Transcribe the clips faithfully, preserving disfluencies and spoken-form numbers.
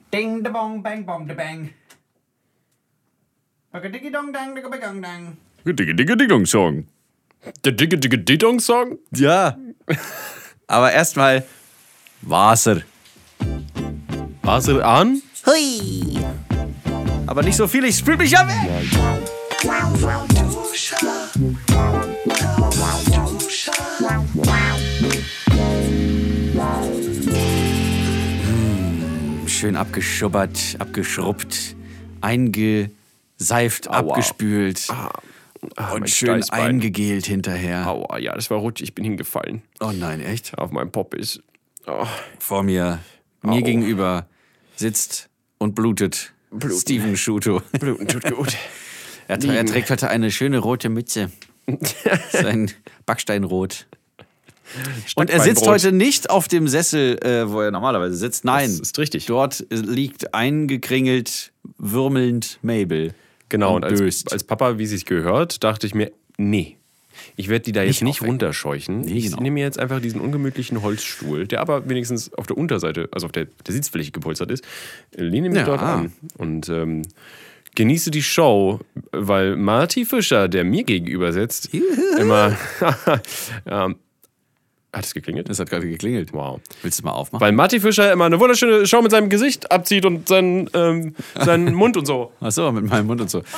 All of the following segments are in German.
Ding de bong, bang bong de bang. Bagga dong dang, digga baggang dang. Digga digga digga Song. Der Digga Digga Digga Song? Ja. Aber erstmal Wasser. Wasser an? Hui. Aber nicht so viel, ich spül mich ja weg. Mmh, schön abgeschubbert, abgeschrubbt, eingeseift, Aua. abgespült Ah, ah, mein und schön Steißbein. eingegelt hinterher. Aua, ja, das war rutschig. Ich bin hingefallen. Oh nein, echt? Auf meinem Poppis. Oh. Vor mir, mir Au. gegenüber sitzt und blutet Bluten. Steven Schuto. Bluten tut gut. Er, tra- er trägt heute eine schöne rote Mütze. Sein Backsteinrot. Und er sitzt Stückbeinbrot. heute nicht auf dem Sessel, äh, wo er normalerweise sitzt. Nein, Das ist richtig. Dort liegt eingekringelt, würmelnd Mabel. Genau, und als, böst. als Papa, wie sich's gehört, dachte ich mir, nee. Ich werde die da jetzt Nicht nicht aufwecken. runterscheuchen. Nee, ich genau. nehme mir jetzt einfach diesen ungemütlichen Holzstuhl, der aber wenigstens auf der Unterseite, also auf der, der Sitzfläche gepolstert ist, lehne mich Ja. dort an und ähm, genieße die Show, weil Marty Fischer, der mir gegenüber sitzt, immer... ähm, hat es geklingelt? Es hat gerade geklingelt. Wow. Willst du mal aufmachen? Weil Marty Fischer immer eine wunderschöne Show mit seinem Gesicht abzieht und seinen, ähm, seinen Mund und so. Ach so, mit meinem Mund und so.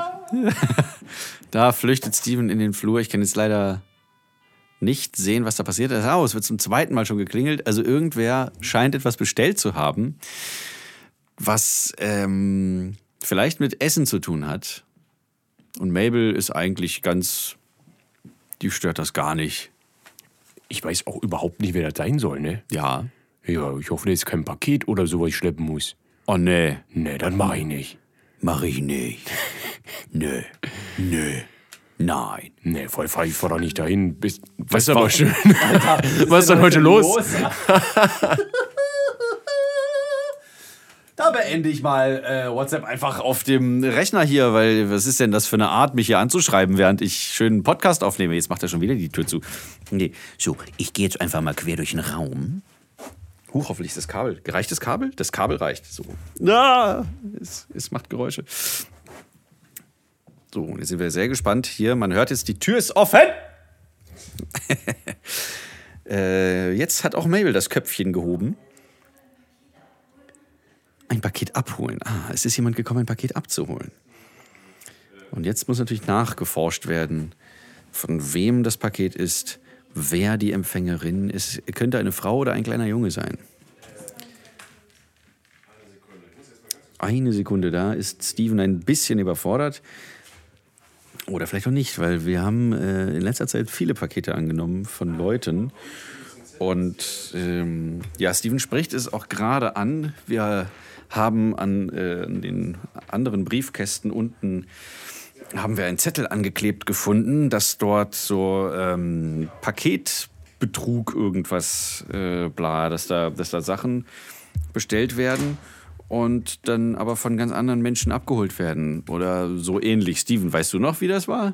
Da flüchtet Steven in den Flur. Ich kann jetzt leider nicht sehen, was da passiert ist. Oh, es wird zum zweiten Mal schon geklingelt. Also irgendwer scheint etwas bestellt zu haben, was ähm, vielleicht mit Essen zu tun hat. Und Mabel ist eigentlich ganz... Die stört das gar nicht. Ich weiß auch überhaupt nicht, wer das sein soll, ne? Ja. Ja, ich hoffe, das ist kein Paket oder so, was ich schleppen muss. Oh, nee. Nee, das mache ich nicht. Mach ich nicht. Nö. Nö. Nein. Nee, voll fahr ich fahr doch nicht dahin. Bis, das ist aber schön. Was ist denn heute los? Da beende ich mal äh, WhatsApp einfach auf dem Rechner hier, weil was ist denn das für eine Art, mich hier anzuschreiben, während ich schön einen Podcast aufnehme? Jetzt macht er schon wieder die Tür zu. Nee. So, ich gehe jetzt einfach mal quer durch den Raum. Huch, hoffentlich ist das Kabel. Reicht das Kabel? Das Kabel reicht. So. Ah, es, es macht Geräusche. So, und jetzt sind wir sehr gespannt. Hier, man hört jetzt, die Tür ist offen. äh, jetzt hat auch Mabel das Köpfchen gehoben. Ein Paket abholen. Ah, es ist jemand gekommen, ein Paket abzuholen. Und jetzt muss natürlich nachgeforscht werden, von wem das Paket ist, wer die Empfängerin ist. Könnte eine Frau oder ein kleiner Junge sein. Eine Sekunde, da ist Steven ein bisschen überfordert. Oder vielleicht auch nicht, weil wir haben äh, in letzter Zeit viele Pakete angenommen von Leuten. Und ähm, ja, Steven spricht es auch gerade an. Wir haben an äh, den anderen Briefkästen unten haben wir einen Zettel angeklebt gefunden, dass dort so ähm, Paketbetrug irgendwas äh, bla, dass da, dass da Sachen bestellt werden und dann aber von ganz anderen Menschen abgeholt werden oder so ähnlich. Steven, weißt du noch, wie das war?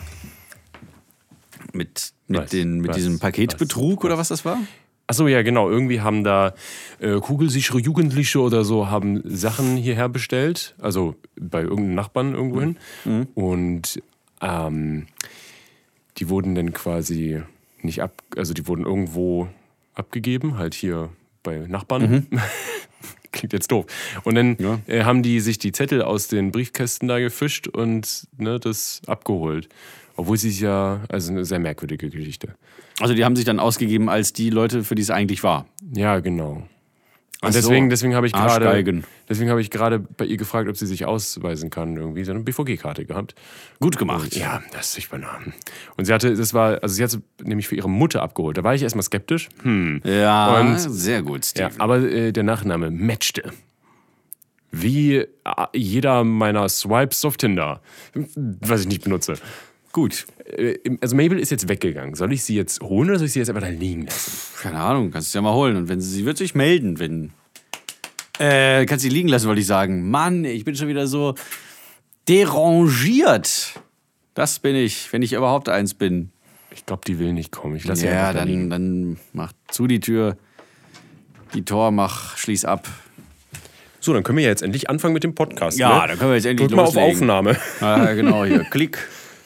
Mit, mit, Was? den, mit Was? diesem Paketbetrug Was? oder was das war? Achso, ja, genau. Irgendwie haben da äh, kugelsichere Jugendliche oder so haben Sachen hierher bestellt. Also bei irgendeinem Nachbarn irgendwo hin. Mhm. Und ähm, die wurden dann quasi nicht ab... Also die wurden irgendwo abgegeben, halt hier bei Nachbarn. Mhm. Klingt jetzt doof. Und dann Ja. äh, haben die sich die Zettel aus den Briefkästen da gefischt und ne, das abgeholt. Obwohl sie es ja... Also eine sehr merkwürdige Geschichte. Also die haben sich dann ausgegeben als die Leute, für die es eigentlich war. Ja, genau. Ach Und so. deswegen, deswegen habe ich gerade, Arschgeigen. deswegen habe ich gerade bei ihr gefragt, ob sie sich ausweisen kann irgendwie. Sie hat eine B V G-Karte gehabt. Gut gemacht. Ja, das ist ich benahm. Und sie hatte, das war, also sie hat es nämlich für ihre Mutter abgeholt. Da war ich erstmal skeptisch. Hm. Ja, Und- sehr gut, Ja, Steven. aber äh, der Nachname matchte. Wie äh, jeder meiner Swipes auf Tinder, was ich nicht benutze. Gut. Äh, also Mabel ist jetzt weggegangen. Soll ich sie jetzt holen oder soll ich sie jetzt einfach da liegen lassen? Keine Ahnung, kannst du ja mal holen. Und wenn sie, sie wird sich melden, wenn... Äh, kannst sie liegen lassen, wollte ich sagen. Mann, ich bin schon wieder so derangiert. Das bin ich, wenn ich überhaupt eins bin. Ich glaube, die will nicht kommen. Ich lasse sie Ja, einfach da liegen. dann, dann mach zu die Tür, die Tor, mach, schließ ab. So, dann können wir ja jetzt endlich anfangen mit dem Podcast. Ja, ne? dann können wir jetzt endlich Drück mal auf loslegen. Aufnahme. Ah, genau, hier, Klick.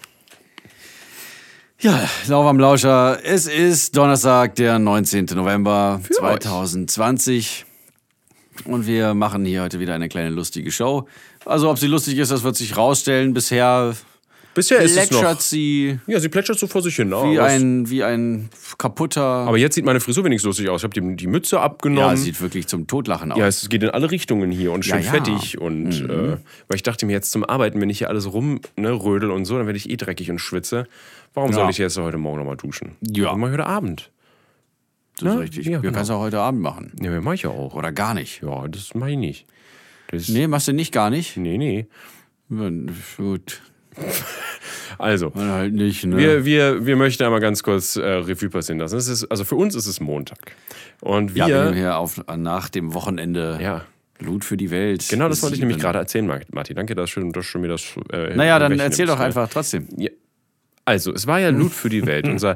Ja, Lauf am Lauscher, es ist Donnerstag, der neunzehnten November Für zwanzig zwanzig. Und wir machen hier heute wieder eine kleine lustige Show. Also, ob sie lustig ist, das wird sich rausstellen. Bisher Bisher ist es noch... plätschert sie Ja, sie plätschert so vor sich hin. wie aber, ein, wie ein kaputter... aber jetzt sieht meine Frisur wenigstens lustig aus. Ich habe die, die Mütze abgenommen. Ja, sieht wirklich zum Totlachen aus. Ja, es geht in alle Richtungen hier und schön Ja, ja. fettig. Und äh, weil ich dachte mir jetzt zum Arbeiten, wenn ich hier alles rumrödel ne, und so, dann werde ich eh dreckig und schwitze. Warum Ja. soll ich jetzt heute Morgen nochmal duschen? Ja. Dann mach ich heute Abend. Das ist Ne? richtig. Ja, Wir genau. kannst du auch heute Abend machen. Ja, mach ich ja auch. Oder gar nicht. Ja, das mach ich nicht. Das, Nee, machst du nicht gar nicht? nee, nee. Ja, gut. Also, Dann halt nicht, ne? wir, wir, wir möchten einmal ganz kurz äh, Revue passieren lassen. Es ist, also für uns ist es Montag. Und wir... ja, wir nehmen hier auf, nach dem Wochenende ja. Loot für die Welt. Genau, das wollte ich nämlich sieben. gerade erzählen, Martin. Danke, dass du dass du mir das äh, Naja, dann wegnimmst, erzähl doch ne? einfach trotzdem. Ja. Also, es war ja Loot für die Welt, unser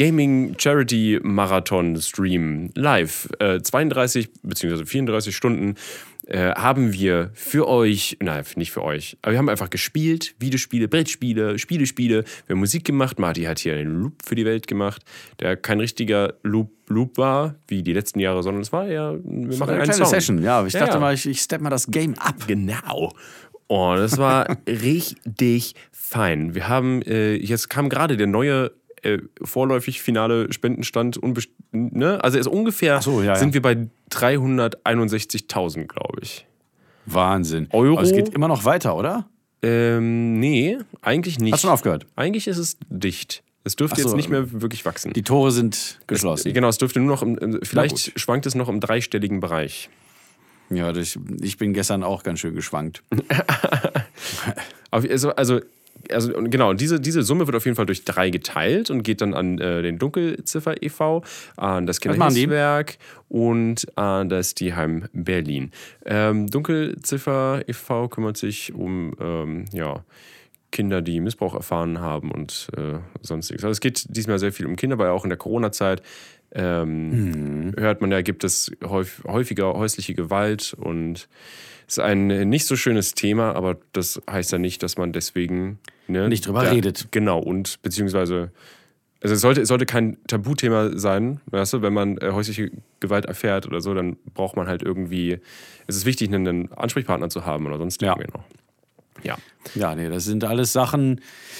Gaming-Charity-Marathon-Stream live. Äh, zweiunddreißig bzw. vierunddreißig Stunden äh, haben wir für euch, nein, nicht für euch, aber wir haben einfach gespielt, Videospiele, Brettspiele, Spielespiele, wir haben Musik gemacht. Marty hat hier einen Loop für die Welt gemacht, der kein richtiger Loop, Loop war, wie die letzten Jahre, sondern es war ja, wir machen Eine einen kleine Song. Session, ja. Ich Ja, dachte ja. mal, ich, ich step mal das Game ab. Genau. Und es war richtig fein. Wir haben, äh, jetzt kam gerade der neue äh, vorläufig finale Spendenstand. Unbest- ne? Also ist ungefähr Ach so, ja, ja. sind wir bei dreihunderteinundsechzigtausend, glaube ich. Wahnsinn. Euro? Aber es geht immer noch weiter, oder? Ähm, nee, eigentlich nicht. Hast du schon aufgehört? Eigentlich ist es dicht. Es dürfte Ach so, jetzt nicht mehr wirklich wachsen. Die Tore sind geschlossen. Genau, es dürfte nur noch, im, im- gut. vielleicht schwankt es noch im dreistelligen Bereich. Ja, das, ich bin gestern auch ganz schön geschwankt. Auf- Also, also, also genau, diese, diese Summe wird auf jeden Fall durch drei geteilt und geht dann an äh, den Dunkelziffer e V, an das Was machen die? Kinderhilfswerk und an das Tierheim Berlin. Ähm, Dunkelziffer e V kümmert sich um ähm, ja, Kinder, die Missbrauch erfahren haben und äh, sonstiges. Also es geht diesmal sehr viel um Kinder, weil auch in der Corona-Zeit ähm, hört man ja, gibt es häufig, häufiger häusliche Gewalt und es ist ein nicht so schönes Thema, aber das heißt ja nicht, dass man deswegen ne, Nicht drüber da- redet. Genau, und beziehungsweise, also es sollte, es sollte kein Tabuthema sein, weißt du, wenn man äh, häusliche Gewalt erfährt oder so, dann braucht man halt irgendwie, es ist wichtig, einen, einen Ansprechpartner zu haben oder sonst Ja. irgendwie noch. Ja. Ja, nee, das sind alles Sachen,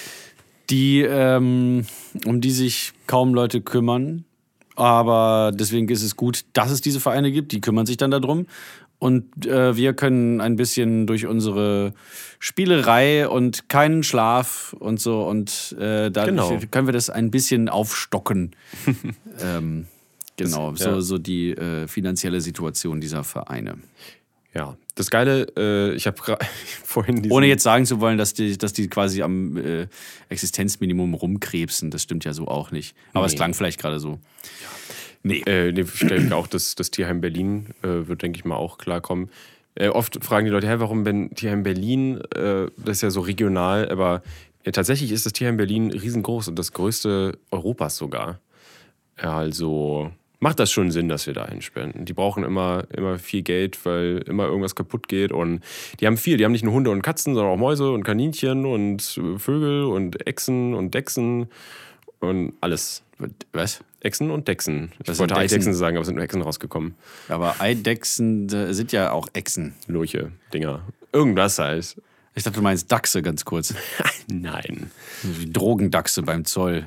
die, ähm, um die sich kaum Leute kümmern. Aber deswegen ist es gut, dass es diese Vereine gibt, die kümmern sich dann darum. Und äh, wir können ein bisschen durch unsere Spielerei und keinen Schlaf und so und äh, dadurch Genau. können wir das ein bisschen aufstocken. ähm, genau, Das- so, ja. so die äh, finanzielle Situation dieser Vereine. Ja, das Geile, äh, ich habe vorhin diesen, Ohne jetzt sagen zu wollen, dass die, dass die quasi am äh, Existenzminimum rumkrebsen. Das stimmt ja so auch nicht. Aber es Nee. klang vielleicht gerade so. Nee. Äh, nee, ich denke auch, dass das Tierheim Berlin äh, wird, denke ich mal, auch klarkommen. Äh, oft fragen die Leute, hä, warum wenn Tierheim Berlin, äh, das ist ja so regional, aber ja, tatsächlich ist das Tierheim Berlin riesengroß und das größte Europas sogar. Ja, also macht das schon Sinn, dass wir da hinspenden. Die brauchen immer, immer viel Geld, weil immer irgendwas kaputt geht und die haben viel. Die haben nicht nur Hunde und Katzen, sondern auch Mäuse und Kaninchen und äh, Vögel und Echsen und Dechsen und alles. Was? Echsen und Dechsen. Ich Was wollte sind Dechsen? Eidechsen sagen, aber es sind nur Echsen rausgekommen. Aber Eidechsen äh, sind ja auch Echsen. Lurche, Dinger. Irgendwas halt. Ich dachte, du meinst Dachse ganz kurz. Nein. Wie Drogendachse beim Zoll.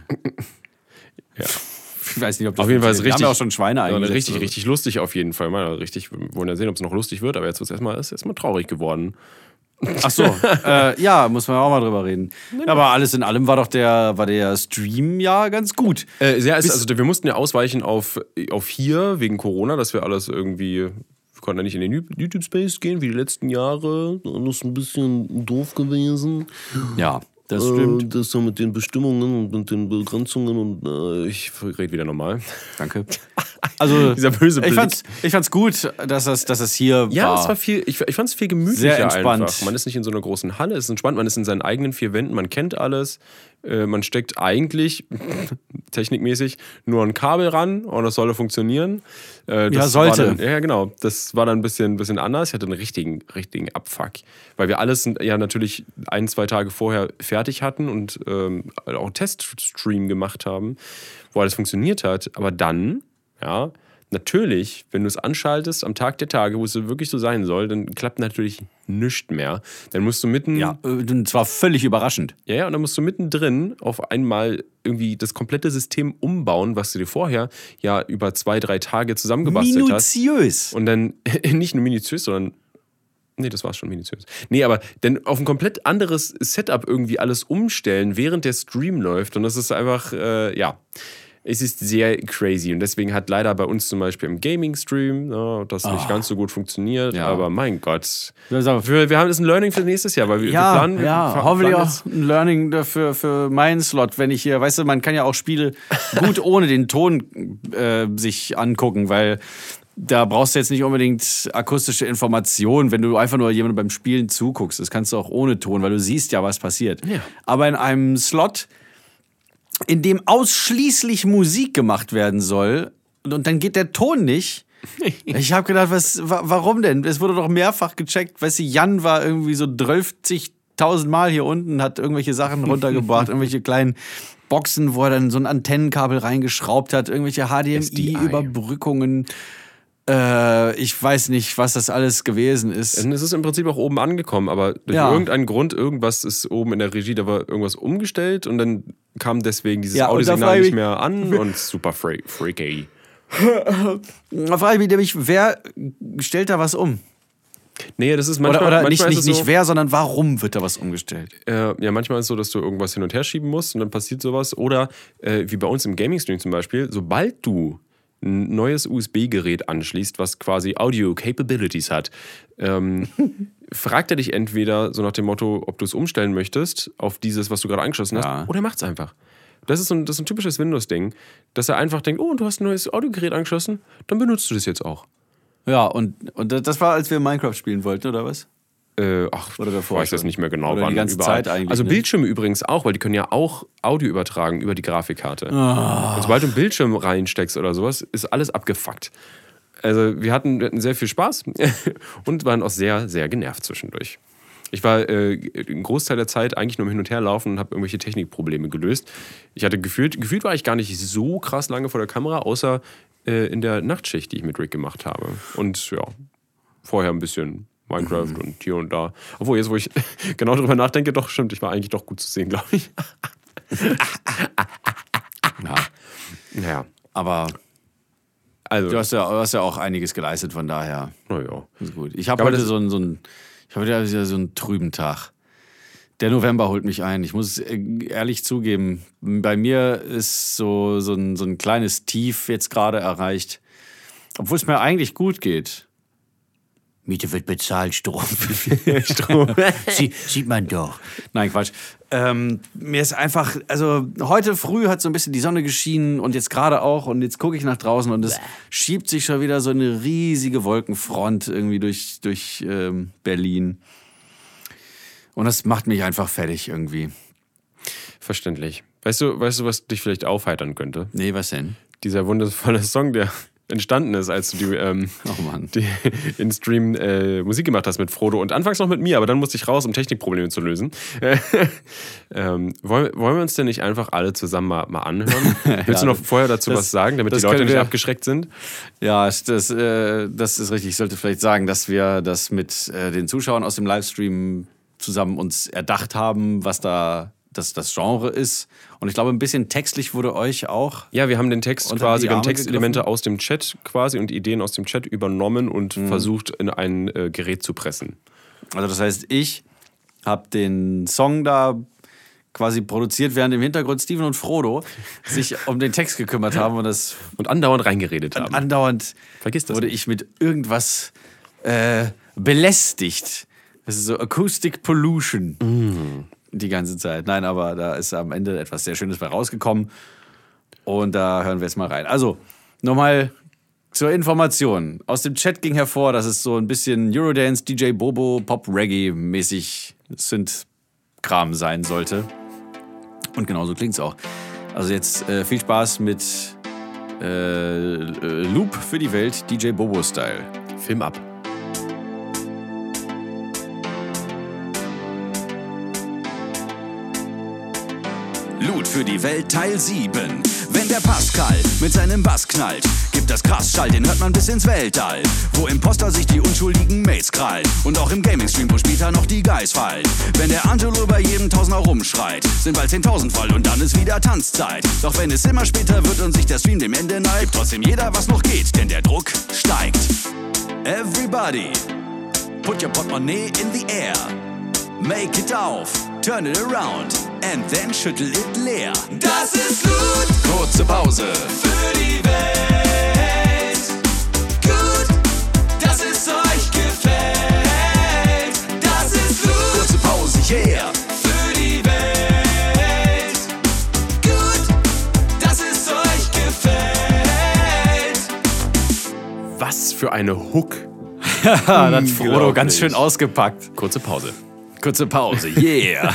Ja. Ich weiß nicht, ob das Auf jeden Fall ist funktioniert. richtig. Wir haben ja auch schon Schweine Ja, eingesetzt. richtig, oder so. richtig lustig auf jeden Fall. Mal richtig, wir wollen ja sehen, ob es noch lustig wird, aber jetzt wird es erstmal, ist erstmal traurig geworden. Ach so, äh, ja, muss man auch mal drüber reden. Aber alles in allem war doch der, war der Stream ja ganz gut. Äh, sehr, also wir mussten ja ausweichen auf, auf hier wegen Corona, dass wir alles irgendwie. Wir konnten ja nicht in den YouTube-Space gehen wie die letzten Jahre. Das ist ein bisschen doof gewesen. Ja, das stimmt. Äh, das so mit den Bestimmungen und mit den Begrenzungen und äh, ich rede wieder normal. Danke. Also, Dieser böse Blick. ich fand's, ich fand's gut, dass es, dass es hier Ja, war. es war viel, ich, ich fand es viel gemütlicher Sehr entspannt. einfach. Man ist nicht in so einer großen Halle, es ist entspannt, man ist in seinen eigenen vier Wänden, man kennt alles. Äh, man steckt eigentlich, technikmäßig, nur ein Kabel ran und das solle funktionieren. Äh, das Ja, sollte. War dann, ja, genau. Das war dann ein bisschen, ein bisschen anders. Ich hatte einen richtigen, richtigen Abfuck. Weil wir alles ja natürlich ein, zwei Tage vorher fertig hatten und ähm, auch einen Teststream gemacht haben, wo alles funktioniert hat. Aber dann, ja, natürlich, wenn du es anschaltest am Tag der Tage, wo es wirklich so sein soll, dann klappt natürlich nichts mehr. Dann musst du mitten. Ja, und zwar völlig überraschend. Ja, ja, und dann musst du mittendrin auf einmal irgendwie das komplette System umbauen, was du dir vorher ja über zwei, drei Tage zusammengebastelt hast. Minutiös. Und dann nicht nur minutiös, sondern. Nee, das war schon minutiös. Nee, aber dann auf ein komplett anderes Setup irgendwie alles umstellen, während der Stream läuft. Und das ist einfach, äh, ja. Es ist sehr crazy und deswegen hat leider bei uns zum Beispiel im Gaming-Stream ja, das nicht Oh. ganz so gut funktioniert, Ja. aber mein Gott. Ja, Wir, wir haben das ein Learning für nächstes Jahr, weil wir, Ja, wir planen, wir ja, fa- hoffentlich planen auch jetzt- ein Learning dafür für meinen Slot, wenn ich hier, weißt du, man kann ja auch Spiele gut ohne den Ton äh, sich angucken, weil da brauchst du jetzt nicht unbedingt akustische Informationen, wenn du einfach nur jemandem beim Spielen zuguckst. Das kannst du auch ohne Ton, weil du siehst ja, was passiert. Ja. Aber in einem Slot, in dem ausschließlich Musik gemacht werden soll und, und dann geht der Ton nicht. Ich habe gedacht, was, wa- warum denn? Es wurde doch mehrfach gecheckt. Weißt du, Jan war irgendwie so zwölfzigtausend Mal hier unten, hat irgendwelche Sachen runtergebracht, irgendwelche kleinen Boxen, wo er dann so ein Antennenkabel reingeschraubt hat, irgendwelche H D M S D I. I-Überbrückungen. Äh, ich weiß nicht, was das alles gewesen ist. Und es ist im Prinzip auch oben angekommen, aber durch Ja. irgendeinen Grund, irgendwas ist oben in der Regie, da war irgendwas umgestellt und dann kam deswegen dieses Ja, und da Audiosignal frage ich nicht mich- mehr an und super fre- freaky. Da frage ich mich nämlich, wer stellt da was um? Nee, das ist manchmal, Oder, oder manchmal nicht, ist nicht, es so, nicht wer, sondern warum wird da was umgestellt? Äh, ja, manchmal ist es so, dass du irgendwas hin und her schieben musst und dann passiert sowas. Oder äh, wie bei uns im Gaming-Stream zum Beispiel, sobald du ein neues U S B-Gerät anschließt, was quasi Audio-Capabilities hat, ähm, fragt er dich entweder so nach dem Motto, ob du es umstellen möchtest auf dieses, was du gerade angeschlossen hast, Ja. oder er macht es einfach. Das ist, so ein, das ist ein typisches Windows-Ding, dass er einfach denkt, oh, du hast ein neues Audiogerät angeschlossen, dann benutzt du das jetzt auch. Ja, und, und das war, als wir Minecraft spielen wollten, oder was? Äh, ach, Oder davor weiß das schon. nicht mehr genau. Oder die wann, ganze überall. Zeit eigentlich, Also ne? Bildschirme übrigens auch, weil die können ja auch Audio übertragen über die Grafikkarte. Ah. Und sobald du einen Bildschirm reinsteckst oder sowas, ist alles abgefuckt. Also wir hatten, wir hatten sehr viel Spaß und waren auch sehr, sehr genervt zwischendurch. Ich war äh, einen Großteil der Zeit eigentlich nur im Hin- und Herlaufen und habe irgendwelche Technikprobleme gelöst. Ich hatte gefühlt, gefühlt war ich gar nicht so krass lange vor der Kamera, außer äh, in der Nachtschicht, die ich mit Rick gemacht habe. Und ja, vorher ein bisschen Minecraft Mhm. und hier und da. Obwohl, jetzt wo ich genau drüber nachdenke, doch stimmt, ich war eigentlich doch gut zu sehen, glaube ich. Ja. Naja, Aber also, du hast ja, du hast ja auch einiges geleistet, von daher naja. ist gut. Ich habe Aber heute das- so einen, so einen, ich habe heute wieder so einen trüben Tag. Der November holt mich ein. Ich muss äh, ehrlich zugeben, bei mir ist so, so, ein, so ein kleines Tief jetzt gerade erreicht. Obwohl es mir eigentlich gut geht. Miete wird bezahlt, Strom. Strom. Sie, sieht man doch. Nein, Quatsch. Ähm, mir ist einfach, also heute früh hat so ein bisschen die Sonne geschienen und jetzt gerade auch und jetzt gucke ich nach draußen und es schiebt sich schon wieder so eine riesige Wolkenfront irgendwie durch, durch ähm, Berlin. Und das macht mich einfach fertig irgendwie. Verständlich. Weißt du, weißt du, was dich vielleicht aufheitern könnte? Nee, was denn? Dieser wundervolle Song, der entstanden ist, als du die, ähm, Oh Mann. die in Stream äh, Musik gemacht hast mit Frodo und anfangs noch mit mir, aber dann musste ich raus, um Technikprobleme zu lösen. ähm, wollen, wollen wir uns denn nicht einfach alle zusammen mal, mal anhören? Willst Ja, du noch vorher dazu das- was sagen, damit die das Leute können nicht wir- abgeschreckt sind? Ja, das, das, äh, das ist richtig. Ich sollte vielleicht sagen, dass wir das mit äh, den Zuschauern aus dem Livestream zusammen uns erdacht haben, was da das, das Genre ist. Und ich glaube, ein bisschen textlich wurde euch auch. Ja, wir haben den Text Unter quasi, die wir haben Arme Textelemente gegriffen? aus dem Chat quasi und Ideen aus dem Chat übernommen und versucht in ein äh, Gerät zu pressen. Also das heißt, ich habe den Song da quasi produziert, während im Hintergrund Steven und Frodo sich um den Text gekümmert haben. Und das Und andauernd reingeredet haben. andauernd Vergiss das wurde nicht. ich mit irgendwas äh, belästigt. Das ist so Acoustic Pollution. Die ganze Zeit. Nein, aber da ist am Ende etwas sehr Schönes bei rausgekommen. Und da hören wir jetzt mal rein. Also, nochmal zur Information. Aus dem Chat ging hervor, dass es so ein bisschen Eurodance, D J Bobo, Pop-Reggae-mäßig Synth-Kram sein sollte. Und genauso klingt's auch. Also jetzt äh, viel Spaß mit äh, äh, Loop für die Welt, D J Bobo-Style. Film ab. Loot für die Welt Teil sieben. Wenn der Pascal mit seinem Bass knallt, gibt das krass Schall, den hört man bis ins Weltall. Wo Imposter sich die unschuldigen Mates krallen und auch im Gaming-Stream, wo später noch die Guys fallen. Wenn der Angelo bei jedem Tausender rumschreit, sind bald zehntausend voll und dann ist wieder Tanzzeit. Doch wenn es immer später wird und sich der Stream dem Ende neigt, gibt trotzdem jeder was noch geht, denn der Druck steigt. Everybody, put your Portemonnaie in the air. Make it auf, turn it around and then schüttel it leer. Das ist Loot. Kurze Pause für die Welt. Gut, dass es euch gefällt. Das ist Loot. Kurze Pause, yeah. Für die Welt. Gut, dass es euch gefällt. Was für eine Hook. Das hat Frodo ganz schön ausgepackt. Kurze Pause. Kurze Pause, yeah.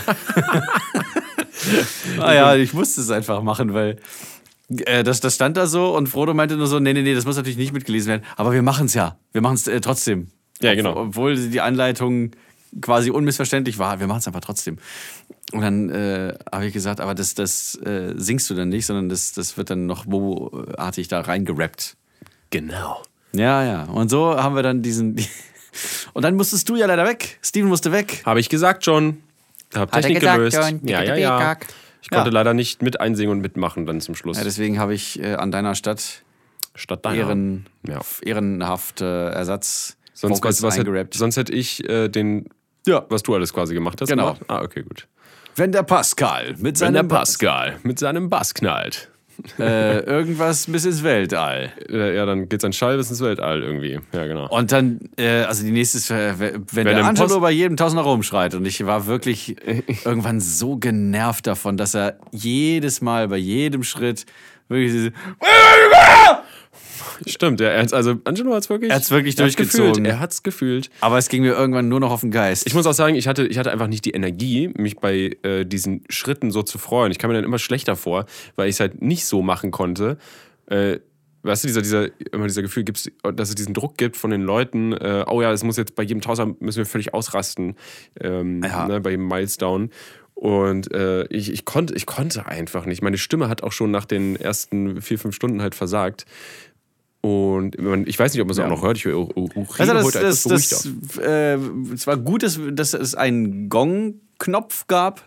Naja, ich musste es einfach machen, weil äh, das, das stand da so und Frodo meinte nur so, nee, nee, nee, das muss natürlich nicht mitgelesen werden. Aber wir machen es ja. Wir machen es äh, trotzdem. Ja, genau. Ob, obwohl die Anleitung quasi unmissverständlich war. Wir machen es einfach trotzdem. Und dann äh, habe ich gesagt, aber das, das äh, singst du dann nicht, sondern das, das wird dann noch Bobo-artig da reingerappt. Genau. Ja, ja. Und so haben wir dann diesen... Und dann musstest du ja leider weg. Steven musste weg. Habe ich gesagt schon. Hab Hat er Technik gesagt, gelöst. John? Ja, ja, ja. Ich konnte Ja. leider nicht mit einsingen und mitmachen dann zum Schluss. Ja, deswegen habe ich äh, an deiner Stadt Statt deiner. Ehren, Ja. ehrenhaft äh, Ersatz Sonst, was, was hätte, eingerappt. sonst hätte ich äh, den, Ja. was du alles quasi gemacht hast. Genau. gemacht. Ah, okay, gut. Wenn der Pascal mit Wenn seinem der Pascal mit seinem Bass knallt, äh, irgendwas bis ins Weltall. äh, ja, dann geht's an Schall bis ins Weltall irgendwie. Ja, genau. Und dann, äh, also die nächste ist, äh, wenn, wenn der im Angelo Post- bei jedem Tausender rumschreit. Und ich war wirklich irgendwann so genervt davon, dass er jedes Mal bei jedem Schritt wirklich diese, Stimmt, ja, er hat's, also Angelo hat's wirklich, Er hat's wirklich er hat's durchgezogen. Gefühlt, er hat's gefühlt. aber es ging mir irgendwann nur noch auf den Geist. Ich muss auch sagen, ich hatte, ich hatte einfach nicht die Energie, mich bei äh, diesen Schritten so zu freuen. Ich kam mir dann immer schlechter vor, weil ich es halt nicht so machen konnte. Äh, weißt du, dieser, dieser, immer dieser Gefühl, gibt's, dass es diesen Druck gibt von den Leuten, äh, oh ja, es muss jetzt bei jedem Tausender müssen wir völlig ausrasten, ähm, Ja. ne, bei jedem Milestone. Und äh, ich, ich, konnte, ich konnte einfach nicht. Meine Stimme hat auch schon nach den ersten vier, fünf Stunden halt versagt. Und ich weiß nicht, ob man es Ja. auch noch hört. Ich höre auch Also das, heute das, etwas das, beruhigter. äh, es war gut, dass, dass es einen Gong-Knopf gab.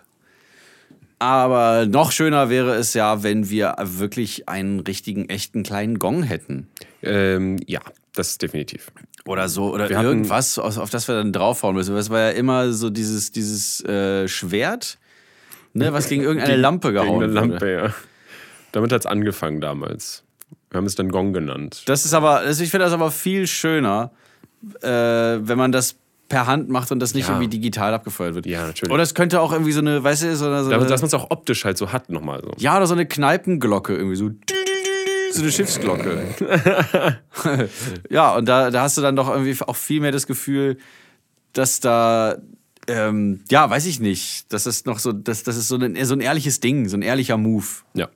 Aber noch schöner wäre es ja, wenn wir wirklich einen richtigen, echten kleinen Gong hätten. Ähm, ja, das ist definitiv. Oder so, oder Wir hatten- irgendwas, auf, auf das wir dann draufhauen müssen. Das war ja immer so dieses, dieses äh, Schwert, ne, was gegen irgendeine Gegen- Lampe gehauen Gegen eine Lampe, wurde. ja. Damit hat es angefangen damals. Wir haben es dann Gong genannt. Das ist aber, also ich finde das aber viel schöner, äh, wenn man das per Hand macht und das nicht Ja. irgendwie digital abgefeuert wird. Ja, natürlich. Oder es könnte auch irgendwie so eine, weißt du, so eine, so Damit, eine dass man es auch optisch halt so hat nochmal so. ja, oder so eine Kneipenglocke irgendwie so. So eine Schiffsglocke. Ja, und da, da hast du dann doch irgendwie auch viel mehr das Gefühl, dass da, ähm, ja, weiß ich nicht, das ist noch so, das, das ist so ein, so ein ehrliches Ding, so ein ehrlicher Move. Ja.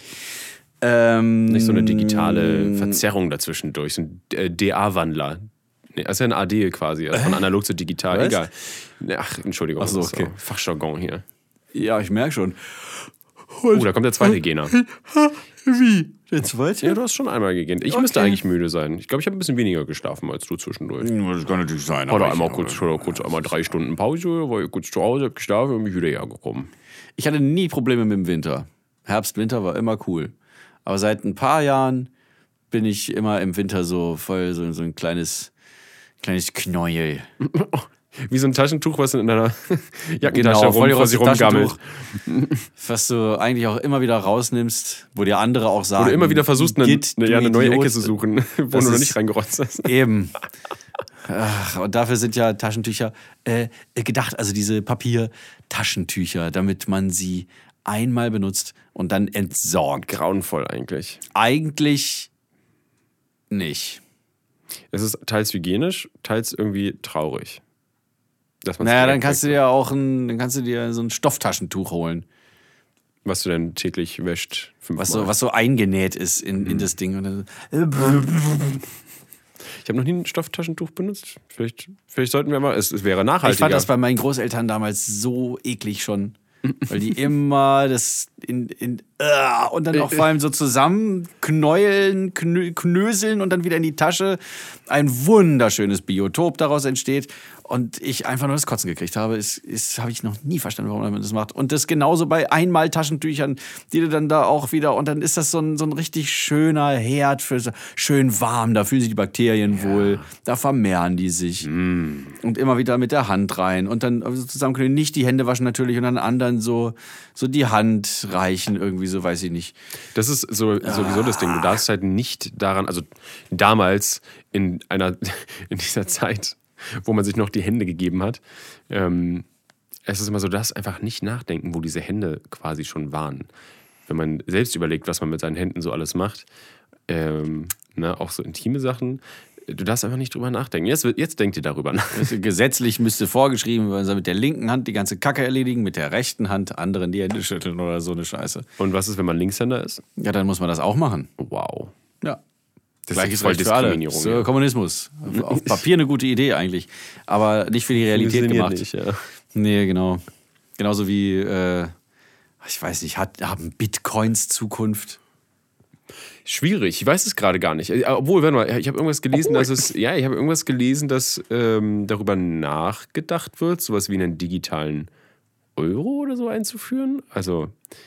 Ähm, Nicht so eine digitale Verzerrung dazwischen durch. So ein äh, D A-Wandler. Nee, das ist ja ein A D quasi, also von analog zu digital. Was? Egal. Nee, Ach, Entschuldigung. Ach so, das ist okay. auch Fachjargon hier. Ja, ich merke schon. Oh, da kommt der zweite Gena. Wie? Der zweite? Ja, du hast schon einmal gegähnt. Ich Okay. müsste eigentlich müde sein. Ich glaube, ich habe ein bisschen weniger geschlafen als du zwischendurch. Das kann natürlich sein. Oder einmal kurz, oder kurz einmal drei Stunden Pause, war ich kurz zu Hause, hab geschlafen und bin wieder hergekommen. Ich hatte nie Probleme mit dem Winter. Herbst, Winter war immer cool. Aber seit ein paar Jahren bin ich immer im Winter so voll so, so ein kleines, kleines Knäuel. Wie so ein Taschentuch, was in deiner Jackentasche Genau, voll rum, vor sich rotes rumgammelt. Taschentuch, was du eigentlich auch immer wieder rausnimmst, wo dir andere auch sagen, Wo du immer wieder versuchst, eine, Git, eine, du ja, eine neue Idiot. Ecke zu suchen, wo Das du noch ist- nicht reingerotzt hast. Eben. Ach, und dafür sind ja Taschentücher äh, gedacht, also diese Papiertaschentücher, damit man sie einmal benutzt und dann entsorgt. Grauenvoll eigentlich. Eigentlich nicht. Es ist teils hygienisch, teils irgendwie traurig. Dass man's Naja, dann direkt kannst du wegwirft. dir auch ein, dann kannst du dir so ein Stofftaschentuch holen, Was du dann täglich wäscht. Fünfmal. was so, was so eingenäht ist in, in das Ding. Und dann, Ich habe noch nie ein Stofftaschentuch benutzt. Vielleicht, vielleicht sollten wir mal. Es, es wäre nachhaltiger. ich fand das bei meinen Großeltern damals so eklig schon. Weil die immer das in, in uh, und dann auch vor allem so zusammen knäueln, knö, knöseln und dann wieder in die Tasche. Ein wunderschönes Biotop daraus entsteht. Und ich einfach nur das Kotzen gekriegt habe, ist, ist habe ich noch nie verstanden, warum man das macht. Und das genauso bei einmal Taschentüchern, die du dann da auch wieder, und dann ist das so ein, so ein richtig schöner Herd, für so, schön warm, da fühlen sich die Bakterien ja. wohl, da vermehren die sich. Mm. Und immer wieder mit der Hand rein und dann also zusammen können nicht die Hände waschen natürlich und dann anderen so, so die Hand reichen, irgendwie so, weiß ich nicht. Das ist so, sowieso das Ding. Du darfst halt nicht daran, also damals in einer, in dieser Zeit, wo man sich noch die Hände gegeben hat. Ähm, es ist immer so, du darfst einfach nicht nachdenken, wo diese Hände quasi schon waren. Wenn man selbst überlegt, was man mit seinen Händen so alles macht, ähm, ne, auch so intime Sachen, du darfst einfach nicht drüber nachdenken. Jetzt, jetzt denkt ihr darüber nach. Gesetzlich müsste vorgeschrieben werden, mit der linken Hand die ganze Kacke erledigen, mit der rechten Hand anderen die Hände schütteln oder so eine Scheiße. Und was ist, wenn man Linkshänder ist? Ja, dann muss man das auch machen. Wow. Ja. Das Gleiches ist voll Recht für alle. Diskriminierung. So, Ja. Kommunismus. Auf Papier eine gute Idee eigentlich, aber nicht für die Realität Funktioniert gemacht. nicht, ja. Nee, genau. Genauso wie, äh, ich weiß nicht, hat, haben Bitcoins Zukunft? Schwierig, ich weiß es gerade gar nicht. Obwohl, warte mal, ich habe irgendwas gelesen, Obwohl. dass es, ja, ich habe irgendwas gelesen, dass ähm, darüber nachgedacht wird, sowas wie einen digitalen Euro oder so einzuführen. Also,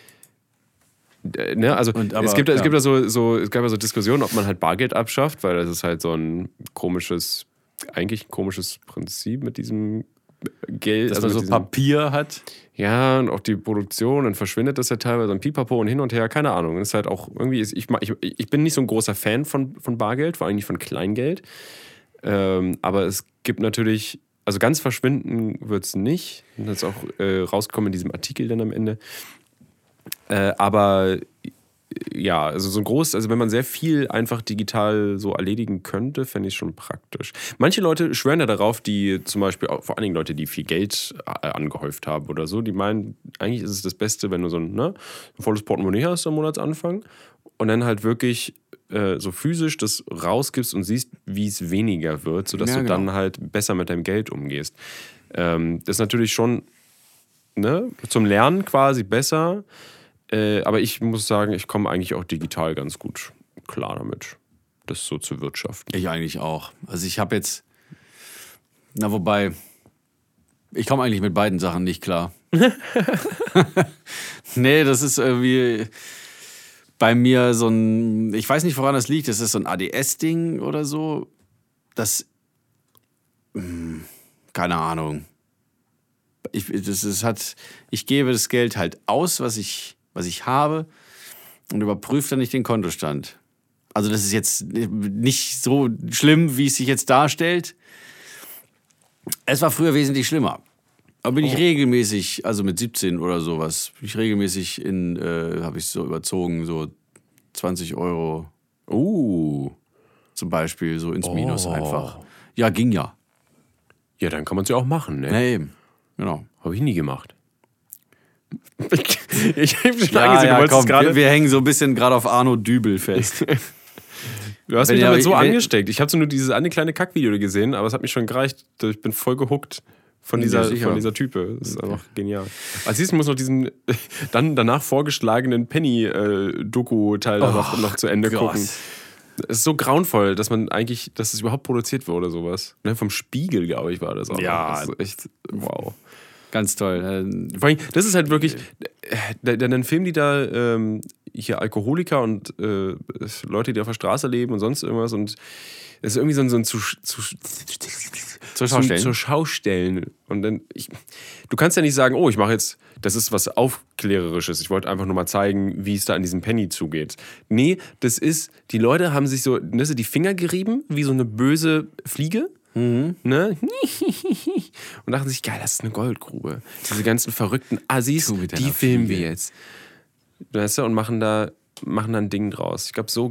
äh, ne, also Und aber, es gibt, ja. es gibt da so, so, es gab ja so Diskussionen, ob man halt Bargeld abschafft, weil das ist halt so ein komisches, eigentlich ein komisches Prinzip mit diesem Geld. Dass also man so mit diesem, Papier hat? Ja, und auch die Produktion, dann verschwindet das ja teilweise ein Pipapo und hin und her, keine Ahnung. Das ist halt auch irgendwie, ich, ich, ich bin nicht so ein großer Fan von, von Bargeld, vor allem nicht von Kleingeld. Ähm, aber es gibt natürlich, also ganz verschwinden wird es nicht. Und das ist auch äh, rausgekommen in diesem Artikel dann am Ende. Äh, aber ja, also so ein groß, also wenn man sehr viel einfach digital so erledigen könnte, fände ich schon praktisch. Manche Leute schwören ja darauf, die zum Beispiel, auch vor allen Dingen Leute, die viel Geld äh, angehäuft haben oder so, die meinen, eigentlich ist es das Beste, wenn du so ein, ne, ein volles Portemonnaie hast am Monatsanfang und dann halt wirklich äh, so physisch das rausgibst und siehst, wie es weniger wird, sodass Ja, du genau. dann halt besser mit deinem Geld umgehst. Ähm, das ist natürlich schon, ne, zum Lernen quasi besser. Äh, aber ich muss sagen, ich komme eigentlich auch digital ganz gut klar damit, das so zu wirtschaften. Ich eigentlich auch. Also ich habe jetzt, na wobei, ich komme eigentlich mit beiden Sachen nicht klar. Nee, das ist irgendwie bei mir so ein, ich weiß nicht, woran das liegt, das ist so ein A D S-Ding oder so. Das, mh, keine Ahnung. Ich, das, das hat, ich gebe das Geld halt aus, was ich was ich habe und überprüfe dann nicht den Kontostand. Also das ist jetzt nicht so schlimm, wie es sich jetzt darstellt. Es war früher wesentlich schlimmer. Aber bin ich Oh. regelmäßig, also mit siebzehn oder sowas, bin ich regelmäßig in, äh, habe ich so überzogen, so zwanzig Euro Uh, zum Beispiel, so ins Minus Oh. einfach. Ja, ging ja. ja, dann kann man es ja auch machen, ne? Ja, eben. Genau. Habe ich nie gemacht. Ich, ich habe schon Ja, angesehen, ja, du wolltest komm, es gerade. wir, wir hängen so ein bisschen gerade auf Arno Dübel fest. Du hast Wenn mich ja, damit so wenn- angesteckt. Ich habe so nur dieses eine kleine Kackvideo gesehen, aber es hat mich schon gereicht. Ich bin voll gehuckt von dieser, Ja, sicher. von dieser Type. Das ist einfach genial. Als nächstes muss noch diesen dann danach vorgeschlagenen Penny-Doku-Teil da noch, noch zu Ende Gott. gucken. Es ist so grauenvoll, dass man eigentlich, dass es überhaupt produziert wurde, sowas. Ne, vom Spiegel, glaube ich, war das auch. Ja. Das ist echt, wow. Ganz toll. Vor allem, das ist halt wirklich, dann, dann filmen die da ähm, hier Alkoholiker und äh, Leute, die auf der Straße leben und sonst irgendwas und es ist irgendwie so ein, so ein zu, zu, Zur Schaustellen. Zur Schaustellen. Und dann, ich, du kannst ja nicht sagen, oh, ich mache jetzt, das ist was Aufklärerisches. Ich wollte einfach nur mal zeigen, wie es da an diesem Penny zugeht. Nee, das ist, die Leute haben sich so, ne, so die Finger gerieben, wie so eine böse Fliege. Mhm. Ne? Und dachten sich, geil, das ist eine Goldgrube. Diese ganzen verrückten Assis, Du mit die deiner filmen wir Fliege. jetzt. Weißt du, und machen da, machen da ein Ding draus. Ich glaube, so gehen,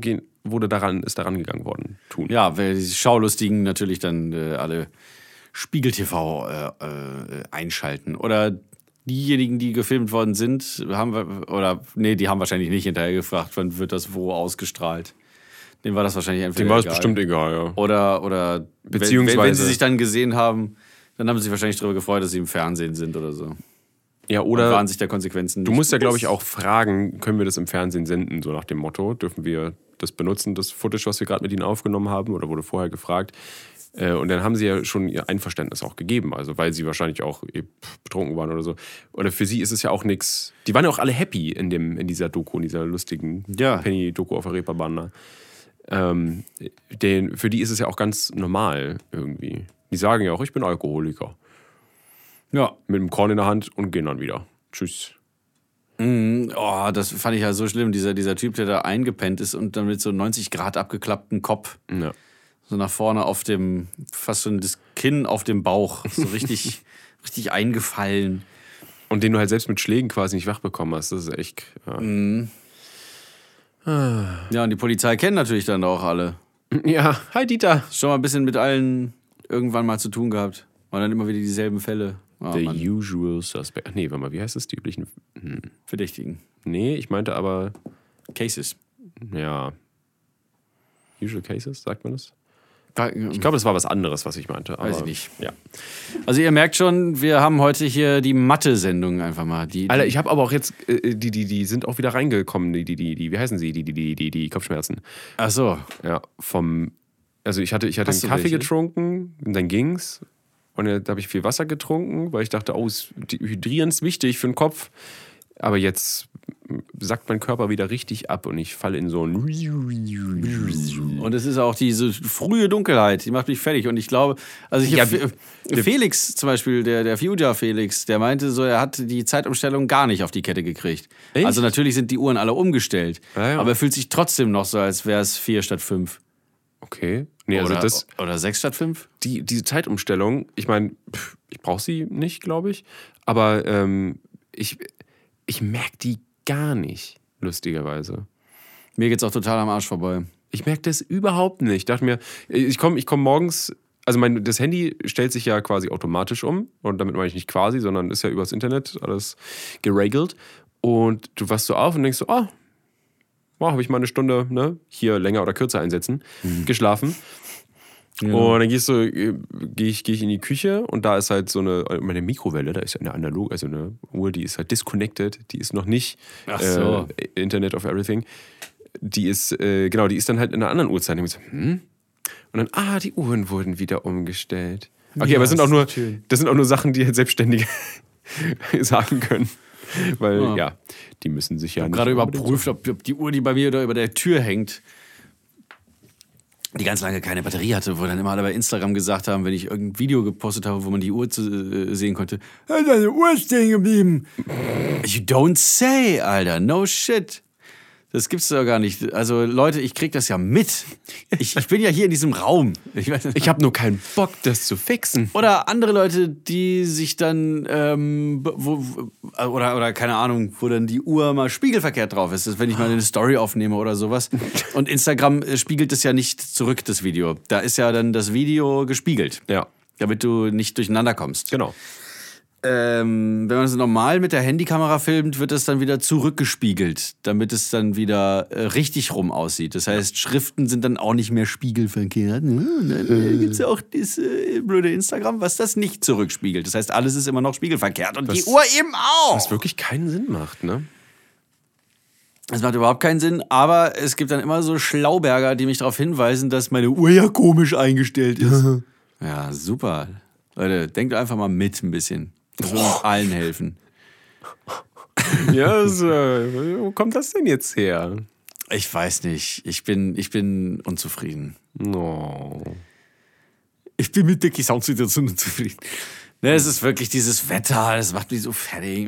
wurde daran, ist daran gegangen worden, tun. Ja, weil die Schaulustigen natürlich dann äh, alle Spiegel T V äh, äh, einschalten. Oder diejenigen, die gefilmt worden sind, haben wir, oder nee, die haben wahrscheinlich nicht hinterher gefragt, wann wird das wo ausgestrahlt. Dem war das wahrscheinlich entweder Dem war es egal. bestimmt egal, ja. Oder, oder Beziehungsweise- wenn, wenn sie sich dann gesehen haben, dann haben sie sich wahrscheinlich darüber gefreut, dass sie im Fernsehen sind oder so. Ja, Und oder waren sich der Konsequenzen du nicht musst ja, glaube bewusst. ich, auch fragen, können wir das im Fernsehen senden, so nach dem Motto, dürfen wir das benutzen, das Footage, was wir gerade mit ihnen aufgenommen haben, oder wurde vorher gefragt. Äh, Und dann haben sie ja schon ihr Einverständnis auch gegeben, also weil sie wahrscheinlich auch eh, pff, betrunken waren oder so. Oder für sie ist es ja auch nichts. Die waren ja auch alle happy in, dem, in dieser Doku, in dieser lustigen Ja. Penny-Doku auf der Reeperbahn. da. Ähm, den, für die ist es ja auch ganz normal irgendwie. Die sagen ja auch, ich bin Alkoholiker. Ja. Mit dem Korn in der Hand und gehen dann wieder. Tschüss. Oh, das fand ich ja so schlimm, dieser, dieser Typ, der da eingepennt ist und dann mit so neunzig Grad abgeklappten Kopf Ja. so nach vorne auf dem, fast schon das Kinn auf dem Bauch, so richtig, richtig eingefallen. Und den du halt selbst mit Schlägen quasi nicht wach bekommen hast. Das ist echt. Ja, Ja, und die Polizei kennen natürlich dann auch alle. ja. Hi Dieter. Schon mal ein bisschen mit allen irgendwann mal zu tun gehabt. Und dann immer wieder dieselben Fälle. Oh, The Mann. usual suspect. Ach nee, warte mal, wie heißt das? Die üblichen. Hm. Verdächtigen. Nee, ich meinte aber. Cases. Ja. Usual cases, sagt man das? Ich Ich glaube, das war was anderes, was ich meinte. Aber, Weiß ich nicht. Ja. Also ihr merkt schon, wir haben heute hier die Mathe-Sendung einfach mal. Die, die, Alter, ich habe aber auch jetzt, äh, die, die, die sind auch wieder reingekommen, die, die, die, die, wie heißen sie, die, die, die, die, die Kopfschmerzen. Ach so. Ja, vom, also ich hatte, ich hatte Hast einen du Kaffee welche? getrunken und dann ging's. Und dann habe ich viel Wasser getrunken, weil ich dachte, oh, es- die Hydrieren ist wichtig für den Kopf. Aber jetzt sackt mein Körper wieder richtig ab und ich falle in so ein. Und es ist auch diese frühe Dunkelheit, die macht mich fertig. Und ich glaube, also ich Ja, hab, Felix zum Beispiel, der, der Future Felix, der meinte so, er hat die Zeitumstellung gar nicht auf die Kette gekriegt. Echt? Also natürlich sind die Uhren alle umgestellt, Ja, ja. aber er fühlt sich trotzdem noch so, als wäre es vier statt fünf. Okay. Nee, also oder, das, oder sechs statt fünf? die, diese Zeitumstellung, ich meine, ich brauche sie nicht, glaube ich. Aber ähm, ich, ich merke die gar nicht, lustigerweise. Mir geht's auch total am Arsch vorbei. Ich merke das überhaupt nicht. Ich dachte mir, ich komme ich komm morgens, also mein, das Handy stellt sich ja quasi automatisch um. Und damit meine ich nicht quasi, sondern ist ja übers Internet alles geregelt. Und du wachst so auf und denkst so, oh, oh habe ich mal eine Stunde, ne, hier länger oder kürzer einsetzen, geschlafen. Und dann gehst du, äh, gehe ich, geh ich in die Küche und da ist halt so eine, meine Mikrowelle, da ist eine analog, also eine Uhr, die ist halt disconnected, die ist noch nicht Ach so. äh, Internet of Everything. Die ist, äh, genau, die ist dann halt in einer anderen Uhrzeit. Und ich so, hm? Und dann, ah, die Uhren wurden wieder umgestellt. Okay, Ja, aber es sind das auch nur, ist schön. das sind auch nur Sachen, die halt Selbstständige sagen können. Weil, Ja. ja, die müssen sich ja nicht Gerade unbedingt überprüft, ob, ob die Uhr, die bei mir da über der Tür hängt, die ganz lange keine Batterie hatte, wo dann immer alle bei Instagram gesagt haben, wenn ich irgendein Video gepostet habe, wo man die Uhr zu, äh, sehen konnte, hey, deine Uhr ist stehen geblieben. You don't say, Alter, no shit. Das gibt's doch gar nicht. Also Leute, ich krieg das ja mit. Ich, ich bin ja hier in diesem Raum. Ich weiß, Ich habe nur keinen Bock, das zu fixen. oder andere Leute, die sich dann, ähm, wo, wo- oder, oder keine Ahnung, wo dann die Uhr mal spiegelverkehrt drauf ist. Das ist, wenn ich mal eine Story aufnehme oder sowas. Und Instagram äh, spiegelt es ja nicht zurück, das Video. Da ist ja dann das Video gespiegelt, Ja, damit du nicht durcheinander kommst. genau. Ähm, wenn man es normal mit der Handykamera filmt, wird es dann wieder zurückgespiegelt, damit es dann wieder äh, richtig rum aussieht. Das heißt, Schriften sind dann auch nicht mehr spiegelverkehrt. Ne? Und dann äh, gibt es ja auch das äh, blöde Instagram, was das nicht zurückspiegelt. Das heißt, alles ist immer noch spiegelverkehrt und Was- die Uhr eben auch. Was wirklich keinen Sinn macht, ne? Das macht überhaupt keinen Sinn, aber es gibt dann immer so Schlauberger, die mich darauf hinweisen, dass meine Uhr ja komisch eingestellt ist. Ja, super. Leute, denkt einfach mal mit ein bisschen. Das wird uns allen helfen. Ja, das, äh, wo kommt das denn jetzt her? Ich weiß nicht. Ich bin, ich bin unzufrieden. No. Ich bin mit der Gesamtsituation unzufrieden. Ne, es ist wirklich dieses Wetter, das macht mich so fertig.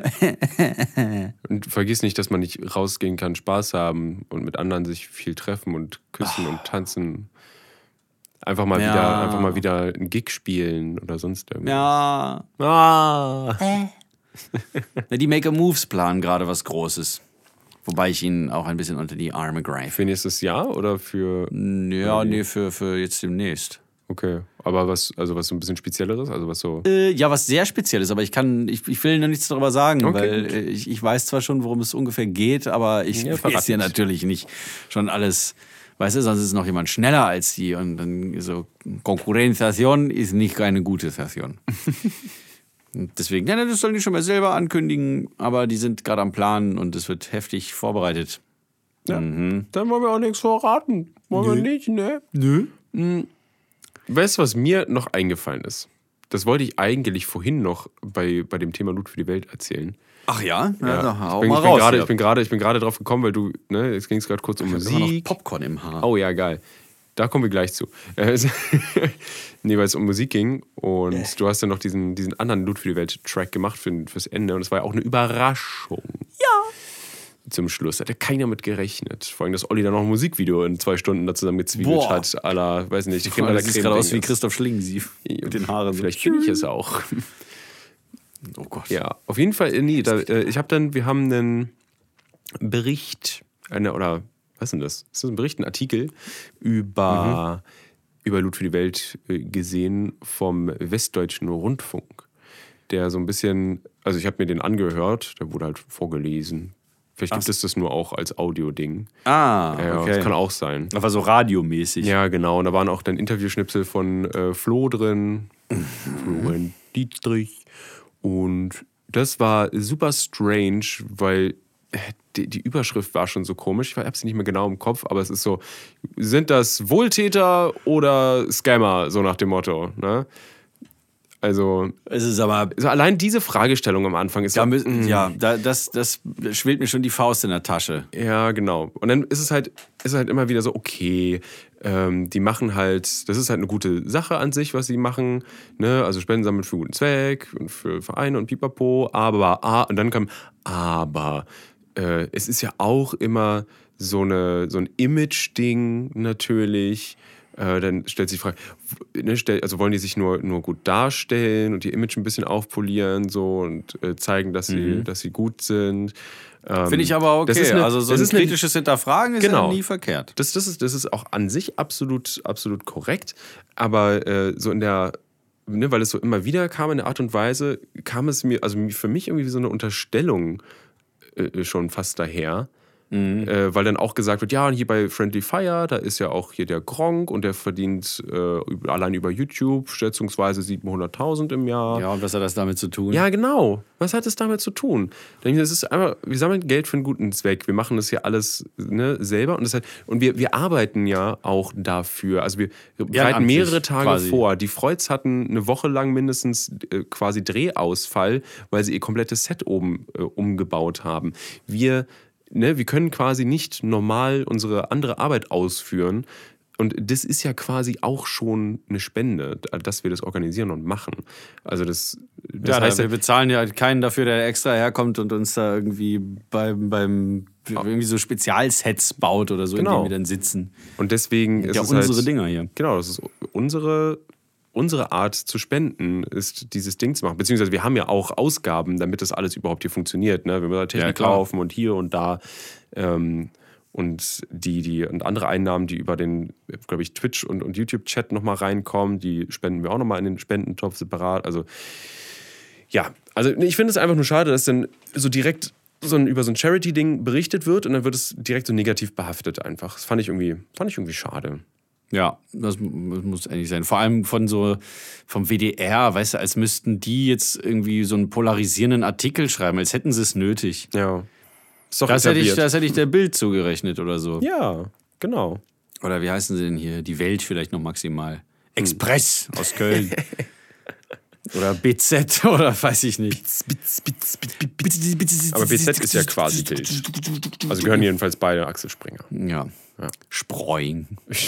Und vergiss nicht, dass man nicht rausgehen kann, Spaß haben und mit anderen sich viel treffen und küssen und tanzen. Einfach mal, Ja. wieder, einfach mal wieder einen Gig spielen oder sonst irgendwas. Ja. Ah. Na, die Make-A-Moves planen gerade was Großes. Wo Wobei ich ihn auch ein bisschen unter die Arme greife. Für nächstes Jahr oder für. Ja, nee, für, für jetzt demnächst. Okay. Aber was, also was so ein bisschen Spezielleres? Also was so. Äh, ja, was sehr Spezielles, aber ich kann, ich, ich will noch nichts darüber sagen, Okay, weil gut. äh, ich, ich weiß zwar schon, worum es ungefähr geht, aber ich Ja, weiß verrat ja nicht. natürlich nicht schon alles. Weißt du, sonst ist noch jemand schneller als die und dann so Konkurrenzation ist nicht eine gute Station. Und deswegen, ja, das sollen die schon mal selber ankündigen, aber die sind gerade am Plan und es wird heftig vorbereitet. Ja. Dann wollen wir auch nichts verraten. Wollen wir nicht, ne? Nö. Weißt du, was mir noch eingefallen ist? Das wollte ich eigentlich vorhin noch bei, bei dem Thema Loot für die Welt erzählen. Ach ja? Ja, Ja. ja. Hau Ich bin, mal ich bin raus. gerade, hier. ich bin gerade, ich bin gerade drauf gekommen, weil du, ne, jetzt ging es gerade kurz um Ich hab immer noch Musik. Popcorn im Haar. Oh ja, geil. Da kommen wir gleich zu. Äh, nee, weil es um Musik ging und Äh. du hast ja noch diesen, diesen anderen Loot für die Welt-Track gemacht für, fürs Ende und es war ja auch eine Überraschung. Ja. Zum Schluss hat ja keiner mit gerechnet. Vor allem, dass Olli dann noch ein Musikvideo in zwei Stunden da zusammen gezwiebelt Boah. hat. À la, weiß nicht, die Guck Kinder mal, der das sieht gerade aus wie Creme-Ding. Christoph Schlingensief mit den Haaren. Vielleicht bin ich es auch. Oh Gott. Ja, auf jeden Fall, äh, nee, da, äh, ich habe dann, wir haben einen Bericht, eine, oder was ist denn das? Ist das ein Bericht, ein Artikel über, über Loot für die Welt äh, gesehen vom Westdeutschen Rundfunk, der so ein bisschen, also ich habe mir den angehört, der wurde halt vorgelesen. Vielleicht gibt es das nur auch als Audio-Ding. Ah, Ja, okay. das kann auch sein. Aber so radiomäßig. Ja, genau. Und da waren auch dann Interviewschnipsel von äh, Flo drin. Florian Dietrich. Und das war super strange, weil äh, die, die Überschrift war schon so komisch. Ich habe sie nicht mehr genau im Kopf, aber es ist so, sind das Wohltäter oder Scammer, so nach dem Motto. Ne? Also, Es ist aber. also allein diese Fragestellung am Anfang ist Da so, müssen, ja, da, das, das schwillt mir schon die Faust in der Tasche. Ja, genau. Und dann ist es halt, ist es halt immer wieder so, okay, ähm, die machen halt, das ist halt eine gute Sache an sich, was sie machen, ne? Also Spenden sammeln für einen guten Zweck und für Vereine und pipapo, aber, ah, und dann kam, aber, äh, es ist ja auch immer so, eine, so ein Image-Ding natürlich. Äh, dann stellt sich die Frage, ne, stell, also wollen die sich nur, nur gut darstellen und ihr Image ein bisschen aufpolieren so und äh, zeigen, dass sie, Mhm. dass sie gut sind. Ähm, Finde ich aber okay. das ist eine- also so das ein ist eine- kritisches Hinterfragen ist Genau. ja nie verkehrt. Das, das, ist, das ist auch an sich absolut, absolut korrekt, aber äh, so in der, ne, weil es so immer wieder kam in der Art und Weise, kam es mir, also für mich irgendwie wie so eine Unterstellung äh, schon fast daher. Mhm. Äh, weil dann auch gesagt wird, ja, und hier bei Friendly Fire, da ist ja auch hier der Gronk und der verdient äh, über, allein über YouTube schätzungsweise siebenhunderttausend im Jahr. Ja, und was hat das damit zu tun? Ja, genau. Was hat es damit zu tun? Ich denke, das ist einfach, wir sammeln Geld für einen guten Zweck. Wir machen das hier alles ne, selber. Und, das halt, und wir, wir arbeiten ja auch dafür. Also wir bereiten Ehrenamtlich mehrere Tage quasi. vor. Die Freuds hatten eine Woche lang mindestens äh, quasi Drehausfall, weil sie ihr komplettes Set oben äh, umgebaut haben. Wir, ne, wir können quasi nicht normal unsere andere Arbeit ausführen. Und das ist ja quasi auch schon eine Spende, dass wir das organisieren und machen. Also das, das ja, heißt da, ja, wir bezahlen ja keinen dafür, der extra herkommt und uns da irgendwie beim, beim irgendwie so Spezialsets baut oder so, Genau. in denen wir dann sitzen. und deswegen ist Ja, es unsere halt, Dinger hier. Genau, das ist unsere, unsere Art zu spenden, ist dieses Ding zu machen. Beziehungsweise wir haben ja auch Ausgaben, damit das alles überhaupt hier funktioniert. Ne? Wir müssen halt Technik Ja, klar. kaufen und hier und da. Ähm, und die, die und andere Einnahmen, die über den, glaube ich, Twitch und, und YouTube-Chat nochmal reinkommen, die spenden wir auch nochmal in den Spendentopf separat. Also ja, also ich finde es einfach nur schade, dass dann so direkt so ein, über so ein Charity-Ding berichtet wird und dann wird es direkt so negativ behaftet einfach. Das fand ich irgendwie, fand ich irgendwie schade. Ja, das muss eigentlich sein. Vor allem von so vom W D R, weißt du, als müssten die jetzt irgendwie so einen polarisierenden Artikel schreiben, als hätten sie es nötig. Ja. Ist doch Das hätte, ich, etabliert. das hätte ich der Bild zugerechnet oder so. Ja, genau. Oder wie heißen sie denn hier? Die Welt vielleicht noch maximal. Express aus Köln. Oder B Z oder weiß ich nicht. Aber B Z ist ja quasi Bild. Also gehören jedenfalls beide Axel Springer. Ja. Ja. Sproing.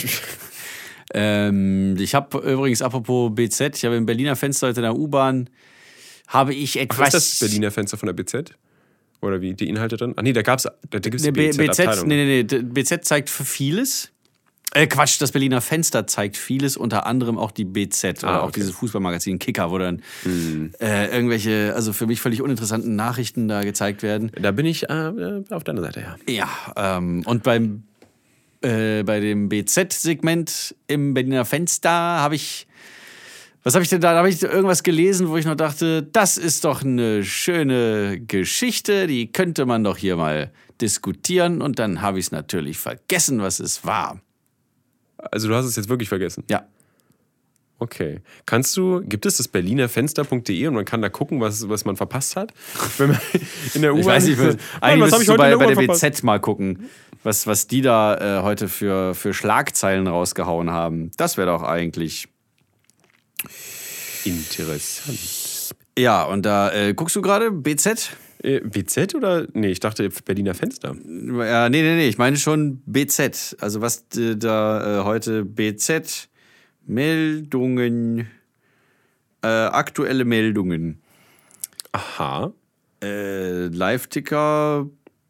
ähm, ich habe übrigens, apropos B Z, ich habe im Berliner Fenster heute in der U-Bahn, habe ich etwas... Was ist das Berliner Fenster von der B Z? Oder wie die Inhalte drin? Ach nee, da gab's, da, da gibt's die Nee, B- B Z-Abteilung. nee, nee, nee. B Z zeigt für vieles. Äh, Quatsch, das Berliner Fenster zeigt vieles, unter anderem auch die B Z oder Ah, auch okay. dieses Fußballmagazin Kicker, wo dann Mhm. äh, irgendwelche, also für mich völlig uninteressanten Nachrichten da gezeigt werden. Da bin ich äh, auf deiner Seite, ja. Ja, ähm, und beim, äh, bei dem B Z-Segment im Berliner Fenster habe ich, was habe ich denn da, da habe ich irgendwas gelesen, wo ich noch dachte, das ist doch eine schöne Geschichte, die könnte man doch hier mal diskutieren, und dann habe ich es natürlich vergessen, was es war. Also du hast es jetzt wirklich vergessen? Ja. Okay. Kannst du, gibt es das berlinerfenster punkt de und man kann da gucken, was, was man verpasst hat? Wenn man in der U-Bahn... Ich weiß nicht, was, Mann, eigentlich was hab müsstest du bei, in der bei der U-Bahn B verpasst? Z mal gucken, was, was die da äh, heute für, für Schlagzeilen rausgehauen haben. Das wäre doch eigentlich... Interessant. Ja, und da äh, guckst du gerade B Z? Äh, B Z oder? Nee, ich dachte Berliner Fenster. Ja, nee, nee, nee, ich meine schon B Z. Also was äh, da äh, heute B Z Meldungen, äh, aktuelle Meldungen. Aha. Äh, Live-Ticker,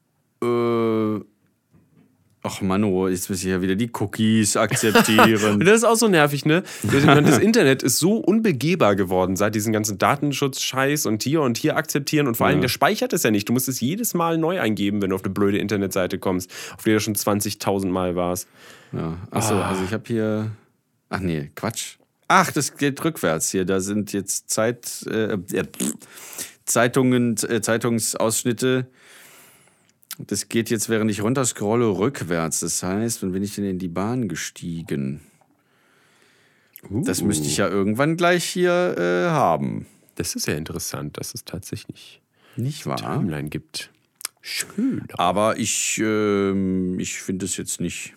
äh, ach Mano, jetzt muss ich ja wieder die Cookies akzeptieren. Und das ist auch so nervig, ne? Das Internet ist so unbegehbar geworden seit diesem ganzen Datenschutz-Scheiß und hier und hier akzeptieren. Und vor allem, Ja. der speichert es ja nicht. Du musst es jedes Mal neu eingeben, wenn du auf eine blöde Internetseite kommst, auf der du schon zwanzigtausend Mal warst. Ja, achso, Ah. also ich habe hier. Ach nee, Quatsch. Ach, das geht rückwärts hier. Da sind jetzt Zeit, äh, äh, Zeitungen, äh, Zeitungsausschnitte. Das geht jetzt, während ich runterscrolle, rückwärts. Das heißt, wann bin ich denn in die Bahn gestiegen? Das müsste ich ja irgendwann gleich hier äh, haben. Das ist ja interessant, dass es tatsächlich Nicht wahr? Timeline gibt. Schön. Aber ich, ähm, ich finde es jetzt nicht.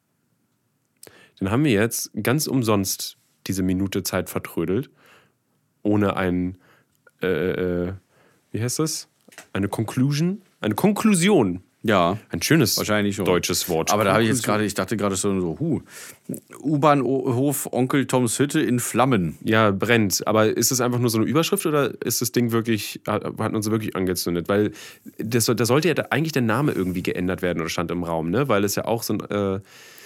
Dann haben wir jetzt ganz umsonst diese Minute Zeit vertrödelt, ohne ein, äh, äh, wie heißt das? Eine Conclusion? Eine Konklusion. Ja. Ein schönes Wahrscheinlich schon. deutsches Wort. Aber da habe ich jetzt Konklusion. gerade, ich dachte gerade so, so huh, U-Bahnhof Onkel Toms Hütte in Flammen. Ja, brennt. Aber ist das einfach nur so eine Überschrift oder ist das Ding wirklich, hat, hat uns wirklich angezündet? Weil das, da sollte ja eigentlich der Name irgendwie geändert werden oder stand im Raum, ne? Weil es ja auch so ein, äh,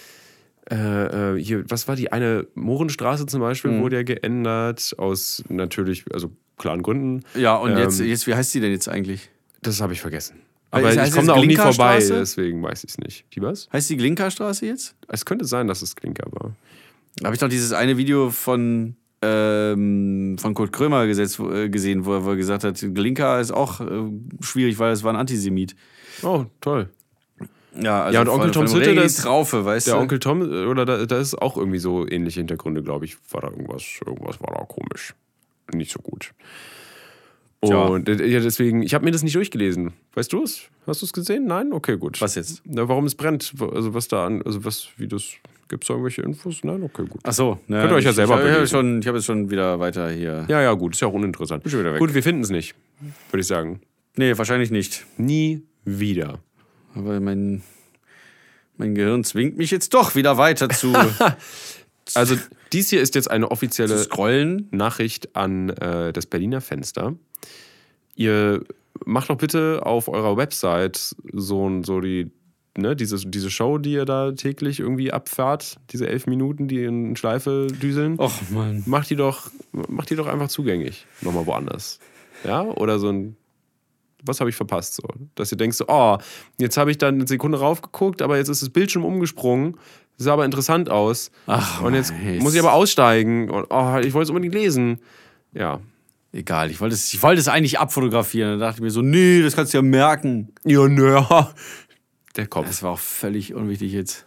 äh, hier, was war die eine Mohrenstraße zum Beispiel, Mhm. wurde ja geändert aus natürlich, also klaren Gründen. Ja, und Ähm, jetzt, jetzt, wie heißt die denn jetzt eigentlich? Das habe ich vergessen. Weil Aber es ich heißt komme jetzt da auch nie vorbei, Glinka-Straße? deswegen weiß ich es nicht. Die was? Heißt die Glinka-Straße jetzt? Es könnte sein, dass es Klinker war. Da habe ich doch dieses eine Video von, ähm, von Kurt Krömer gesetzt, wo, äh, gesehen, wo er, wo er gesagt hat, Glinka ist auch äh, schwierig, weil es war ein Antisemit. Oh, toll. Ja, also Ja, und Onkel Toms Hütte, das- Traufe, weißt Der du? Onkel Tom, oder da, da ist auch irgendwie so ähnliche Hintergründe, glaube ich. War da irgendwas, irgendwas war da komisch. Nicht so gut. Tja. Und äh, ja, deswegen, ich habe mir das nicht durchgelesen. Weißt du es? Hast du es gesehen? Nein? Okay, gut. Was jetzt? Na, warum es brennt? Also was da an, also was, wie das, gibt es da irgendwelche Infos? Nein? Okay, gut. Ach so. Ne, Könnt ihr euch ja ich- selber ich, ich, habe belesen. schon, ich habe jetzt schon wieder weiter hier. Ja, ja, gut, ist ja auch uninteressant. Bin schon wieder weg. Gut, wir finden es nicht, würde ich sagen. Nee, wahrscheinlich nicht. Nie wieder. Aber mein, mein Gehirn zwingt mich jetzt doch wieder weiter zu, Also, dies hier ist jetzt eine zu offizielle scrollen. Nachricht an äh, das Berliner Fenster. Ihr macht doch bitte auf eurer Website so, so die, ne, diese, diese Show, die ihr da täglich irgendwie abfahrt, diese elf Minuten, die in Schleife düseln. Och Mann. Macht die doch, macht die doch einfach zugänglich. Nochmal woanders. Ja? Oder so ein. Was habe ich verpasst? So? Dass ihr denkt, so, oh, jetzt habe ich dann eine Sekunde raufgeguckt, aber jetzt ist das Bildschirm umgesprungen. Sah aber interessant aus. Ach, und jetzt Mann, muss ich aber aussteigen. Und oh, ich wollte es unbedingt lesen. Ja. Egal, ich wollte es, ich wollte es eigentlich abfotografieren. Da dachte ich mir so, nee, das kannst du ja merken. Ja, naja. Der Kopf. Das war auch völlig unwichtig jetzt.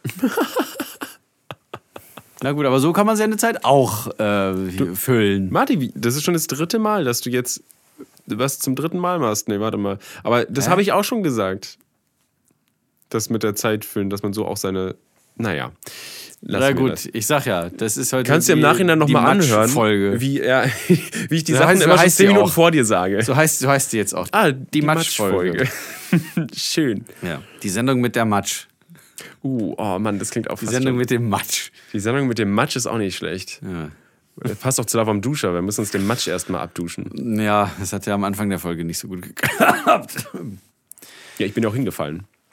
Na gut, aber so kann man seine Zeit auch äh, hier füllen. Martin, wie- das ist schon das dritte Mal, dass du jetzt was zum dritten Mal machst. Nee, warte mal. Aber das Hä? habe ich auch schon gesagt. Das mit der Zeit füllen, dass man so auch seine. Naja. Na lassen wir gut, das. ich sag ja, das ist heute Kannst du im die- Nachhinein die nochmal anhören, Matschfolge. wie, er, wie ich die So Sachen heißt- so immer schon heißt zehn sie Minuten auch. vor dir sage. So heißt, so heißt sie jetzt auch. ah, die Matschfolge. Schön. Ja, die Sendung mit der Matsch. Uh, oh Mann, das klingt auch Die fast Sendung schon. mit dem Matsch. Die Sendung mit dem Matsch ist auch nicht schlecht. Ja. Passt doch zu Love am Duscher. Wir müssen uns den Matsch erstmal abduschen. Ja, das hat ja am Anfang der Folge nicht so gut geklappt. Ja, ich bin ja auch hingefallen.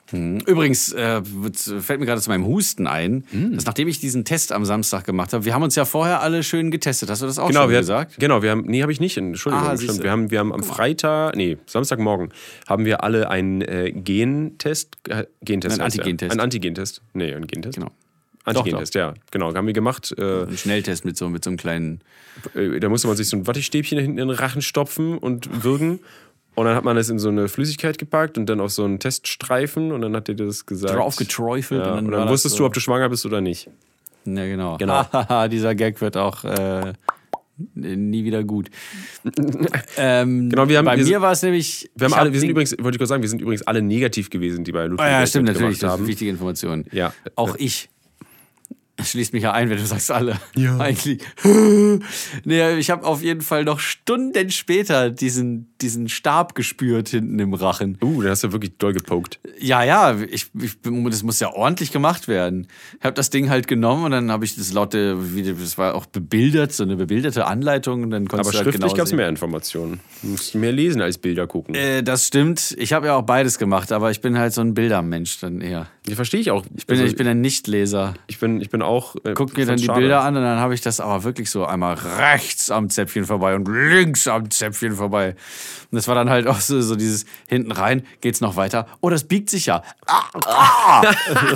Übrigens äh, fällt mir gerade zu meinem Husten ein, Mm. dass nachdem ich diesen Test am Samstag gemacht habe, wir haben uns ja vorher alle schön getestet. Hast du das auch Genau, schon wir, gesagt? Genau, wir haben, nee, habe ich nicht. Entschuldigung, Ah, stimmt. siehste. Wir haben, wir haben am Freitag, nee, Samstagmorgen, haben wir alle einen äh, Gentest, äh, Gentest Ein heißt der. Antigentest. Ein Antigentest. Nee, ein Gentest. Genau. Antigentest, ja, genau, haben wir gemacht. Äh, Ein Schnelltest mit so, mit so einem kleinen... äh, da musste man sich so ein Wattestäbchen hinten in den Rachen stopfen und würgen. Und dann hat man das in so eine Flüssigkeit gepackt und dann auf so einen Teststreifen und dann hat dir das gesagt. Drauf geträufelt. Ja, und dann, und war dann das wusstest so. du, ob du schwanger bist oder nicht. Ja, genau. Genau. Hahaha, dieser Gag wird auch äh, nie wieder gut. ähm, Genau, wir haben- bei wir mir sind- war es nämlich... Wir, haben ich alle, hab wir sind den- übrigens, wollte ich kurz sagen, wir sind übrigens alle negativ gewesen, die bei Ludwig Ah, ja, Geld stimmt, mitgemacht natürlich. Das ist haben. eine wichtige Information. Ja. Auch ich. Das schließt mich ja ein, wenn du sagst alle. Ja. Eigentlich. Nee, ich habe auf jeden Fall noch Stunden später diesen, diesen Stab gespürt hinten im Rachen. Uh, da hast du wirklich doll gepokt. Ja, ja, ich, ich, das muss ja ordentlich gemacht werden. Ich habe das Ding halt genommen und dann habe ich das laute, wie- das war auch bebildert, so eine bebilderte Anleitung. Und dann Aber konntest du halt schriftlich genau gab es sehen. mehr Informationen. Du musst mehr lesen als Bilder gucken. Äh, das stimmt. Ich habe ja auch beides gemacht, aber ich bin halt so ein Bildermensch dann eher. Die verstehe ich auch. Ich bin, ich bin ein Nichtleser. ich bin, ich bin auch. Äh, Guck mir dann fand's die schade. Bilder an und dann habe ich das aber wirklich so einmal rechts am Zäpfchen vorbei und links am Zäpfchen vorbei. Und das war dann halt auch so, so dieses hinten rein, geht's noch weiter? Oh, das biegt sich ja. Ah, ah.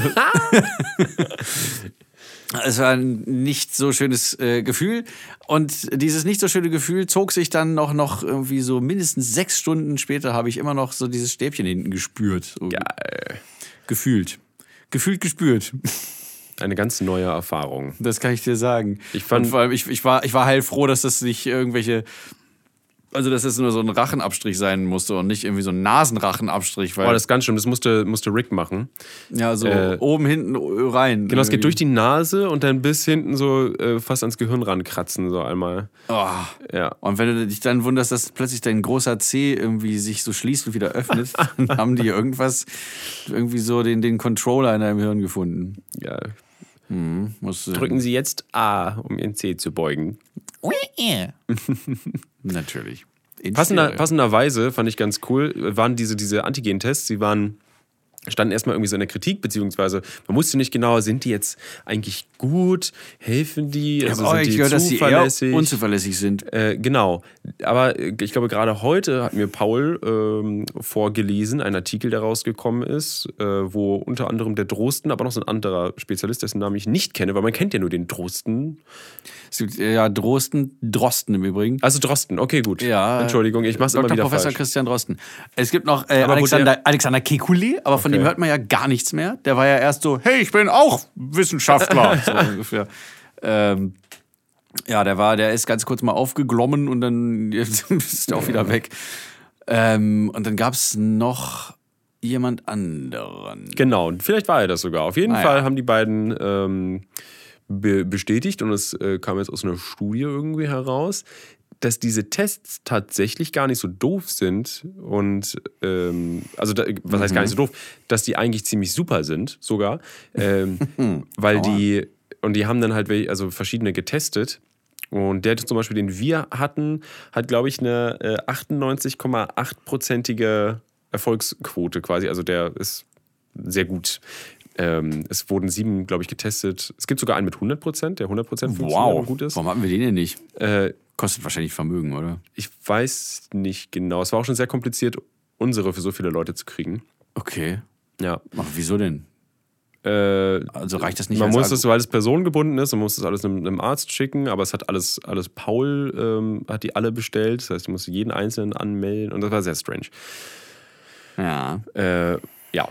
Es war ein nicht so schönes äh, Gefühl. Und dieses nicht so schöne Gefühl zog sich dann noch, noch irgendwie so mindestens sechs Stunden später habe ich immer noch so dieses Stäbchen hinten gespürt. So Geil. Gefühlt. Gefühlt gespürt. Eine ganz neue Erfahrung. Das kann ich dir sagen. Ich fand- Und vor allem, ich, ich, war, ich war heilfroh, dass das nicht irgendwelche. Also, dass das nur so ein Rachenabstrich sein musste und nicht irgendwie so ein Nasenrachenabstrich. Weil, Oh, das ist ganz schlimm. Das musste, musste Rick machen. ja, so äh, oben, hinten, rein. Genau, es geht durch die Nase und dann bis hinten so äh, fast ans Gehirn rankratzen, so einmal. Oh. Ja. Und wenn du dich dann wunderst, dass plötzlich dein großer Zeh irgendwie sich so schließt und wieder öffnet, dann haben die irgendwas, irgendwie so den, den Controller in deinem Hirn gefunden. ja. Musst du- Drücken Sie jetzt A, um Ihren Zeh zu beugen. Natürlich. In Passender, Stereo. passenderweise fand ich ganz cool, waren diese, diese Antigen-Tests, die waren, standen erstmal irgendwie so in der Kritik, beziehungsweise man wusste nicht genau, sind die jetzt eigentlich gut, helfen die, also Oh, sind ich die höre, dass die eher zuverlässig? unzuverlässig sind. Äh, genau, aber äh, ich glaube gerade heute hat mir Paul ähm, vorgelesen, ein Artikel, der rausgekommen ist, äh, wo unter anderem der Drosten, aber noch so ein anderer Spezialist, dessen Namen ich nicht kenne, weil man kennt ja nur den Drosten. Es gibt äh, ja Drosten, Drosten im Übrigen. Also Drosten, okay, gut. Ja, Entschuldigung, ich mach's immer Doktor wieder Professor falsch. Christian Drosten. Es gibt noch äh, Aber wo Alexander, der- Alexander Kekulé, aber von Okay. dem hört man ja gar nichts mehr. Der war ja erst so, hey, ich bin auch Wissenschaftler. so ungefähr. Ähm, ja, der war, der ist ganz kurz mal aufgeglommen und dann jetzt ist er auch wieder weg. Ähm, und dann gab es noch jemand anderen. Genau, vielleicht war er das sogar. Auf jeden Ah, Fall ja. haben die beiden ähm, be bestätigt, und es äh, kam jetzt aus einer Studie irgendwie heraus, dass diese Tests tatsächlich gar nicht so doof sind und ähm, also da, was heißt gar nicht so doof, dass die eigentlich ziemlich super sind sogar, ähm, weil die und die haben dann halt welche- also verschiedene getestet. Und der zum Beispiel, den wir hatten, hat, glaube ich, eine äh, achtundneunzig Komma acht prozentige Erfolgsquote quasi. Also der ist sehr gut. Ähm, es wurden sieben, glaube ich, getestet. Es gibt sogar einen mit hundert Prozent, der hundert Prozent funktioniert und gut ist. Warum hatten wir den denn nicht? Äh, Kostet wahrscheinlich Vermögen, oder? ich weiß nicht genau. Es war auch schon sehr kompliziert, unsere für so viele Leute zu kriegen. Okay. Ja. Ach, wieso denn? Äh, Also reicht das nicht man als muss Argu- das, weil es personengebunden ist, man muss das alles einem, einem Arzt schicken, aber es hat alles, alles Paul ähm, hat die alle bestellt. Das heißt, du musst jeden Einzelnen anmelden und das war sehr strange. Ja. Äh, ja,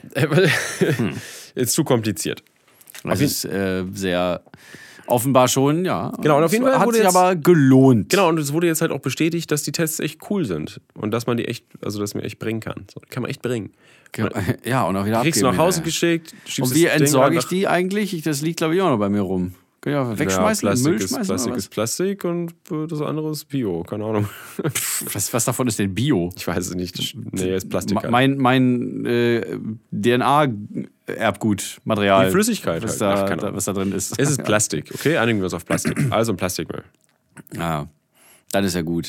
ist zu kompliziert. Das ist äh, sehr offenbar schon, ja. Genau, und auf jeden Fall hat wurde sich jetzt- aber gelohnt. Genau, und es wurde jetzt halt auch bestätigt, dass die Tests echt cool sind und dass man die echt, also dass man echt bringen kann. So, kann man echt bringen. Ja, und auch wieder Kriegst du abgeben nach Hause wieder. geschickt, schiebst Und wie das Ding entsorge ich einfach- die eigentlich? Ich, das liegt, glaube ich, auch noch bei mir rum. Kann ich auch wegschmeißen, Ja, in den Plastik Müll ist, schmeißen Plastik oder ist Plastik und das andere ist Bio, keine Ahnung. was? was? Was davon ist denn Bio? Ich weiß es nicht. Das- Nee, ist Plastik. Ma- halt. Mein, mein äh, D N A-Erbgut-Material. Die Flüssigkeit was, halt. Ach, da, keine da, Ahnung. was da drin ist. Es ist Plastik, okay? Einigen wir uns auf Plastik. Also ein Plastikmüll. Ja, dann ist ja gut.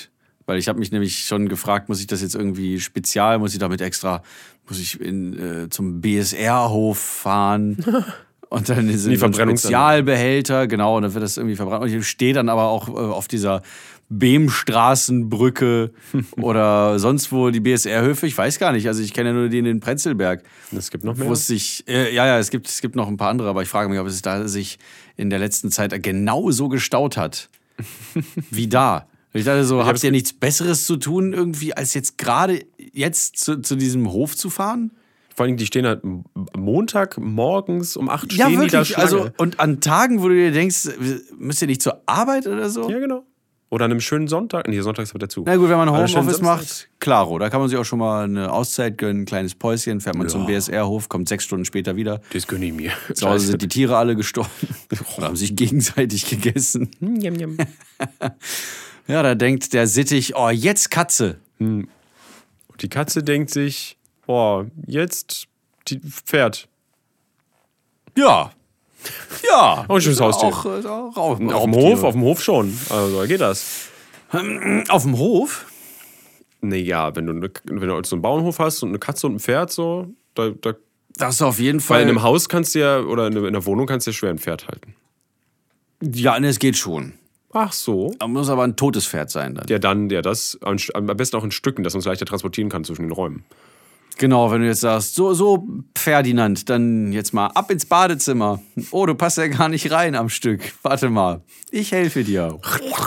Weil ich habe mich nämlich schon gefragt, muss ich das jetzt irgendwie spezial, muss ich damit extra, muss ich in, äh, zum B S R-Hof fahren und dann ist ein Spezialbehälter, genau, und dann wird das irgendwie verbrannt. Und ich stehe dann aber auch äh, auf dieser Beemstraßenbrücke oder sonst wo die B S R-Höfe, ich weiß gar nicht, also ich kenne ja nur den in Prenzlberg. Es gibt noch mehr? Wo es sich, äh, ja, ja, es gibt, es gibt noch ein paar andere, aber ich frage mich, ob es da sich in der letzten Zeit genauso gestaut hat wie da. Ich dachte so, habt ihr nichts Besseres zu tun irgendwie, als jetzt gerade jetzt zu, zu diesem Hof zu fahren? Vor allem, die stehen halt Montag morgens um acht ja, stehen wirklich, die da Schlange. Also, und an Tagen, wo du dir denkst, müsst ihr nicht zur Arbeit oder so? Ja, genau. Oder an einem schönen Sonntag. Nee, Sonntag ist aber dazu. Na gut, wenn man Homeoffice macht, klaro. Da kann man sich auch schon mal eine Auszeit gönnen, ein kleines Päuschen, fährt man ja. zum B S R-Hof, kommt sechs Stunden später wieder. Das gönne ich mir. Zu Hause sind die Tiere alle gestorben und haben sich gegenseitig gegessen. Njam, njam. Ja, da denkt der Sittich, oh, jetzt Katze. Und die Katze denkt sich, oh, jetzt die Pferd. Ja. Ja. Auch ein schönes Haustier. Auch, äh, auch, auch, auf dem Hof, auf dem Hof schon. Also da geht das. Auf dem Hof? Naja, wenn du, ne, wenn du so einen Bauernhof hast und eine Katze und ein Pferd, so, da, da das ist auf jeden Fall. Weil in einem Haus kannst du ja, oder in einer Wohnung kannst du ja schwer ein Pferd halten. Ja, ne, es geht schon. Ach so. Da muss aber ein totes Pferd sein dann. Ja, dann, ja, das am besten auch in Stücken, dass man es leichter transportieren kann zwischen den Räumen. Genau, wenn du jetzt sagst, so, so, Ferdinand, dann jetzt mal ab ins Badezimmer. Oh, du passt ja gar nicht rein am Stück. Warte mal, ich helfe dir.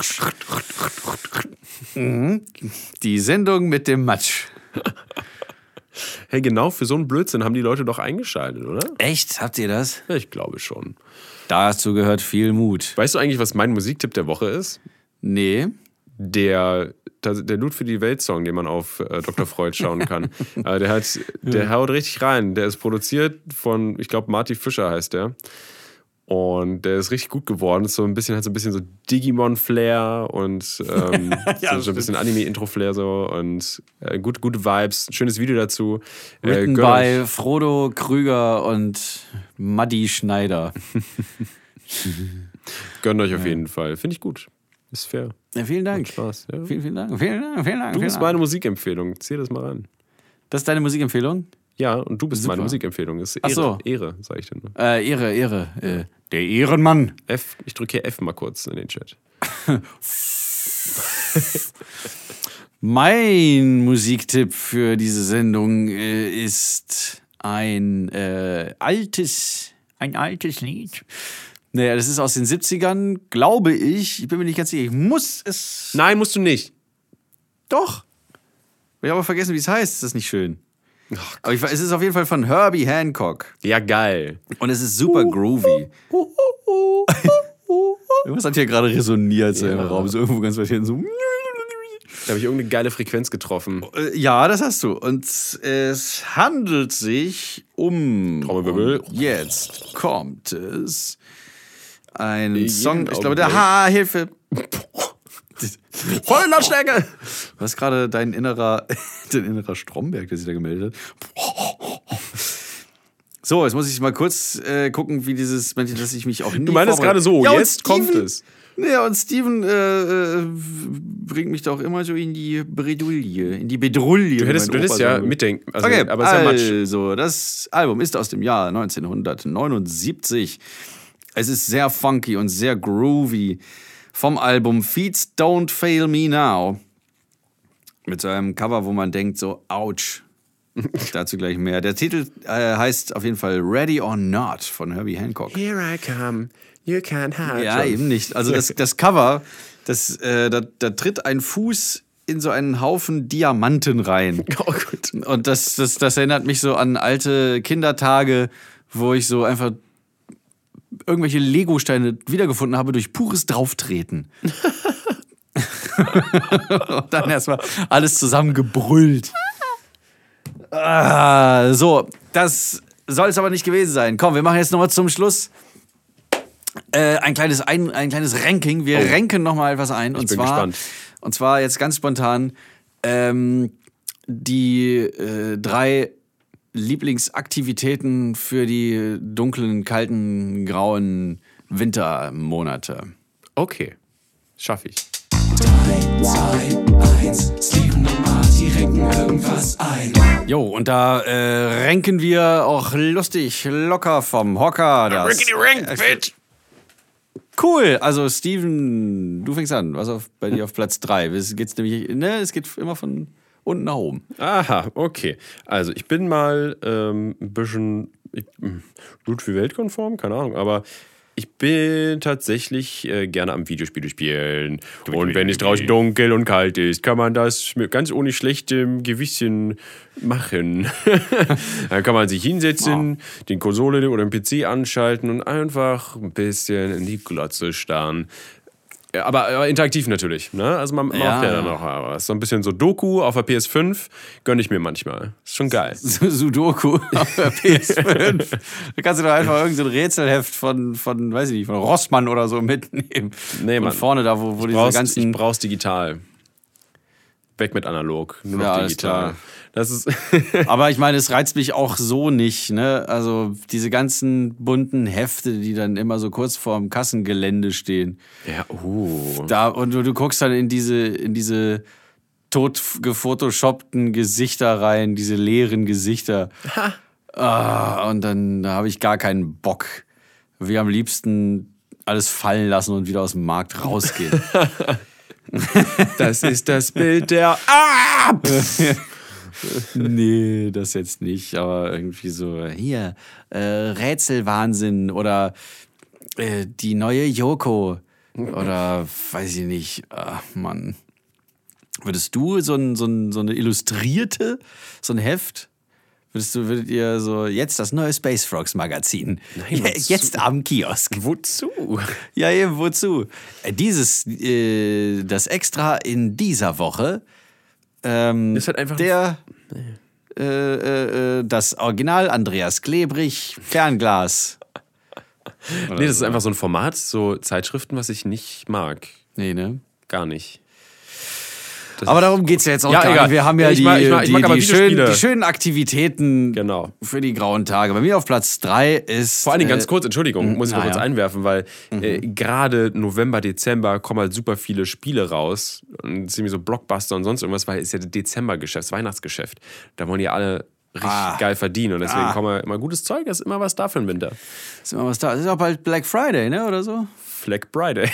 Mhm. Die Sendung mit dem Matsch. Hey, genau für so einen Blödsinn haben die Leute doch eingeschaltet, oder? Echt? Habt ihr das? Ja, ich glaube schon. Dazu gehört viel Mut. Weißt du eigentlich, was mein Musiktipp der Woche ist? Nee. Der, der Loot für die Welt-Song, den man auf äh, Doktor Freud schauen kann. äh, der, hat, der haut richtig rein. Der ist produziert von, ich glaube, Marty Fischer heißt der. Und der ist richtig gut geworden. So ein bisschen, hat so ein bisschen so Digimon-Flair und ähm, ja, so, so ein bisschen Anime-Intro-Flair so und äh, gut, gute Vibes. Schönes Video dazu. Written äh, by Frodo Krüger und Maddi Schneider. Gönnt euch auf jeden Fall. Finde ich gut. Ist fair. Ja, vielen Dank. Macht Spaß. Ja. Vielen, vielen Dank. Vielen Dank. Vielen Dank. Du bist meine Musikempfehlung. Zieh das mal ran. Das ist deine Musikempfehlung? Ja, und du bist Super. meine Musikempfehlung. Das ist Ehre, Ach so. Ehre, sag ich dir nur. Äh, Ehre, Ehre. Äh, der Ehrenmann. F, ich drücke hier F mal kurz in den Chat. Mein Musiktipp für diese Sendung äh, ist ein äh, altes, ein altes Lied. Naja, das ist aus den siebzigern, glaube ich. Ich bin mir nicht ganz sicher. Ich muss es... Nein, musst du nicht. Doch. Ich habe aber vergessen, wie es heißt. Ist das nicht schön? Ach, aber ich, es ist auf jeden Fall von Herbie Hancock. Ja, geil. Und es ist super groovy. Was hat hier gerade resoniert so ja. im Raum? So irgendwo ganz weit hinten so... Da habe ich irgendeine geile Frequenz getroffen. Ja, das hast du. Und es handelt sich um... Trommelwirbel. Und jetzt kommt es... Ein ich Song, ich glaube, der Ha-Hilfe. Volle Lautstärke! Du hast gerade dein innerer, dein innerer Stromberg, der sich da gemeldet hat. So, jetzt muss ich mal kurz äh, gucken, wie dieses, dass ich mich auch nicht Du meinst gerade so, ja, jetzt Steven, kommt es. Ja, und Steven äh, bringt mich doch immer so in die Bredouille, in die Bedrulle. Du hättest, du hättest ja mitdenken. Also, okay, aber ist ja also, das Album ist aus dem Jahr neunzehnhundertneunundsiebzig. Es ist sehr funky und sehr groovy. Vom Album Feeds Don't Fail Me Now. Mit so einem Cover, wo man denkt so, ouch. Dazu gleich mehr. Der Titel äh, heißt auf jeden Fall Ready or Not von Herbie Hancock. Here I come, you can't hide. Ja, eben nicht. Also das, das Cover, das, äh, da, da tritt ein Fuß in so einen Haufen Diamanten rein. Oh gut. Und das, das, das erinnert mich so an alte Kindertage, wo ich so einfach irgendwelche Lego-Steine wiedergefunden habe durch pures Drauftreten. Und dann erstmal alles zusammengebrüllt. Ah, so, das soll es aber nicht gewesen sein. Komm, wir machen jetzt nochmal zum Schluss äh, ein, kleines ein, ein kleines Ranking. Wir oh. ranken nochmal etwas ein. Ich und bin zwar, gespannt. Und zwar jetzt ganz spontan ähm, die äh, drei Lieblingsaktivitäten für die dunklen, kalten, grauen Wintermonate. Okay, schaffe ich. drei, zwei, eins. Steven und Marty renken irgendwas ein. Jo, und da äh, renken wir auch lustig, locker vom Hocker. Das, Rickety Rank, bitch! Cool, also Steven, du fängst an. Was auf, bei dir auf Platz drei? Es geht's nämlich, ne, es geht immer von unten nach oben. Aha, okay. Also ich bin mal ähm, ein bisschen ich, gut für weltkonform, keine Ahnung, aber ich bin tatsächlich äh, gerne am Videospiele spielen. Und wenn es draußen dunkel und kalt ist, kann man das mit ganz ohne schlechtem Gewissen machen. Dann kann man sich hinsetzen, oh. den Konsole oder den P C anschalten und einfach ein bisschen in die Glotze starren. Ja, aber, aber interaktiv natürlich, ne? Also man macht ja, ja dann noch was. So ein bisschen so Doku auf der P S fünf gönne ich mir manchmal. Ist schon geil. Sudoku auf der P S fünf. Da kannst du doch einfach irgendein so Rätselheft von, von, weiß ich nicht, von Rossmann oder so mitnehmen. Nee, Mann. Von vorne da, wo, wo diese brauchst, ganzen... Ich brauch's digital. Weg mit analog, nur noch ja, digital. Das ist aber ich meine, es reizt mich auch so nicht, ne? Also diese ganzen bunten Hefte, die dann immer so kurz vorm Kassengelände stehen. Ja, uh. Da, und du, du guckst dann in diese, in diese tot gefotoshoppten Gesichter rein, diese leeren Gesichter. Ah, und dann da habe ich gar keinen Bock. Wir am liebsten alles fallen lassen und wieder aus dem Markt rausgehen. Das ist das Bild der... Ah! Nee, das jetzt nicht, aber irgendwie so, hier, äh, Rätselwahnsinn oder äh, die neue Yoko oder weiß ich nicht, ach Mann. Würdest du so, ein, so, ein, so eine Illustrierte, so ein Heft, würdest du, würdet ihr so, jetzt das neue Space Frogs Magazin, Nein, jetzt am Kiosk. Wozu? Ja, eben, wozu? Dieses, äh, das Extra in dieser Woche, Ähm, ist halt einfach der äh, äh, äh, das Original Andreas Klebrich Fernglas. Nee, das ist einfach so ein Format, so Zeitschriften, was ich nicht mag. Nee, ne? Gar nicht. Das aber darum geht's ja jetzt auch ja, gar egal. nicht. Wir haben ja ich die, mag, ich mag, ich die, mag aber die, schönen, die schönen schönen Aktivitäten genau. für die grauen Tage. Bei mir auf Platz drei ist... Vor allen Dingen äh, ganz kurz, Entschuldigung, muss ich noch na, kurz ja. einwerfen, weil Mhm. äh, gerade November, Dezember kommen halt super viele Spiele raus. Und ziemlich so Blockbuster und sonst irgendwas, weil es ist ja das Dezembergeschäft, das Weihnachtsgeschäft. Da wollen die alle richtig Ah. geil verdienen. Und deswegen Ah. kommen immer gutes Zeug, da ist immer was da für den Winter. Ist immer was da. Das ist auch bald Black Friday, ne? Oder so? Black Friday.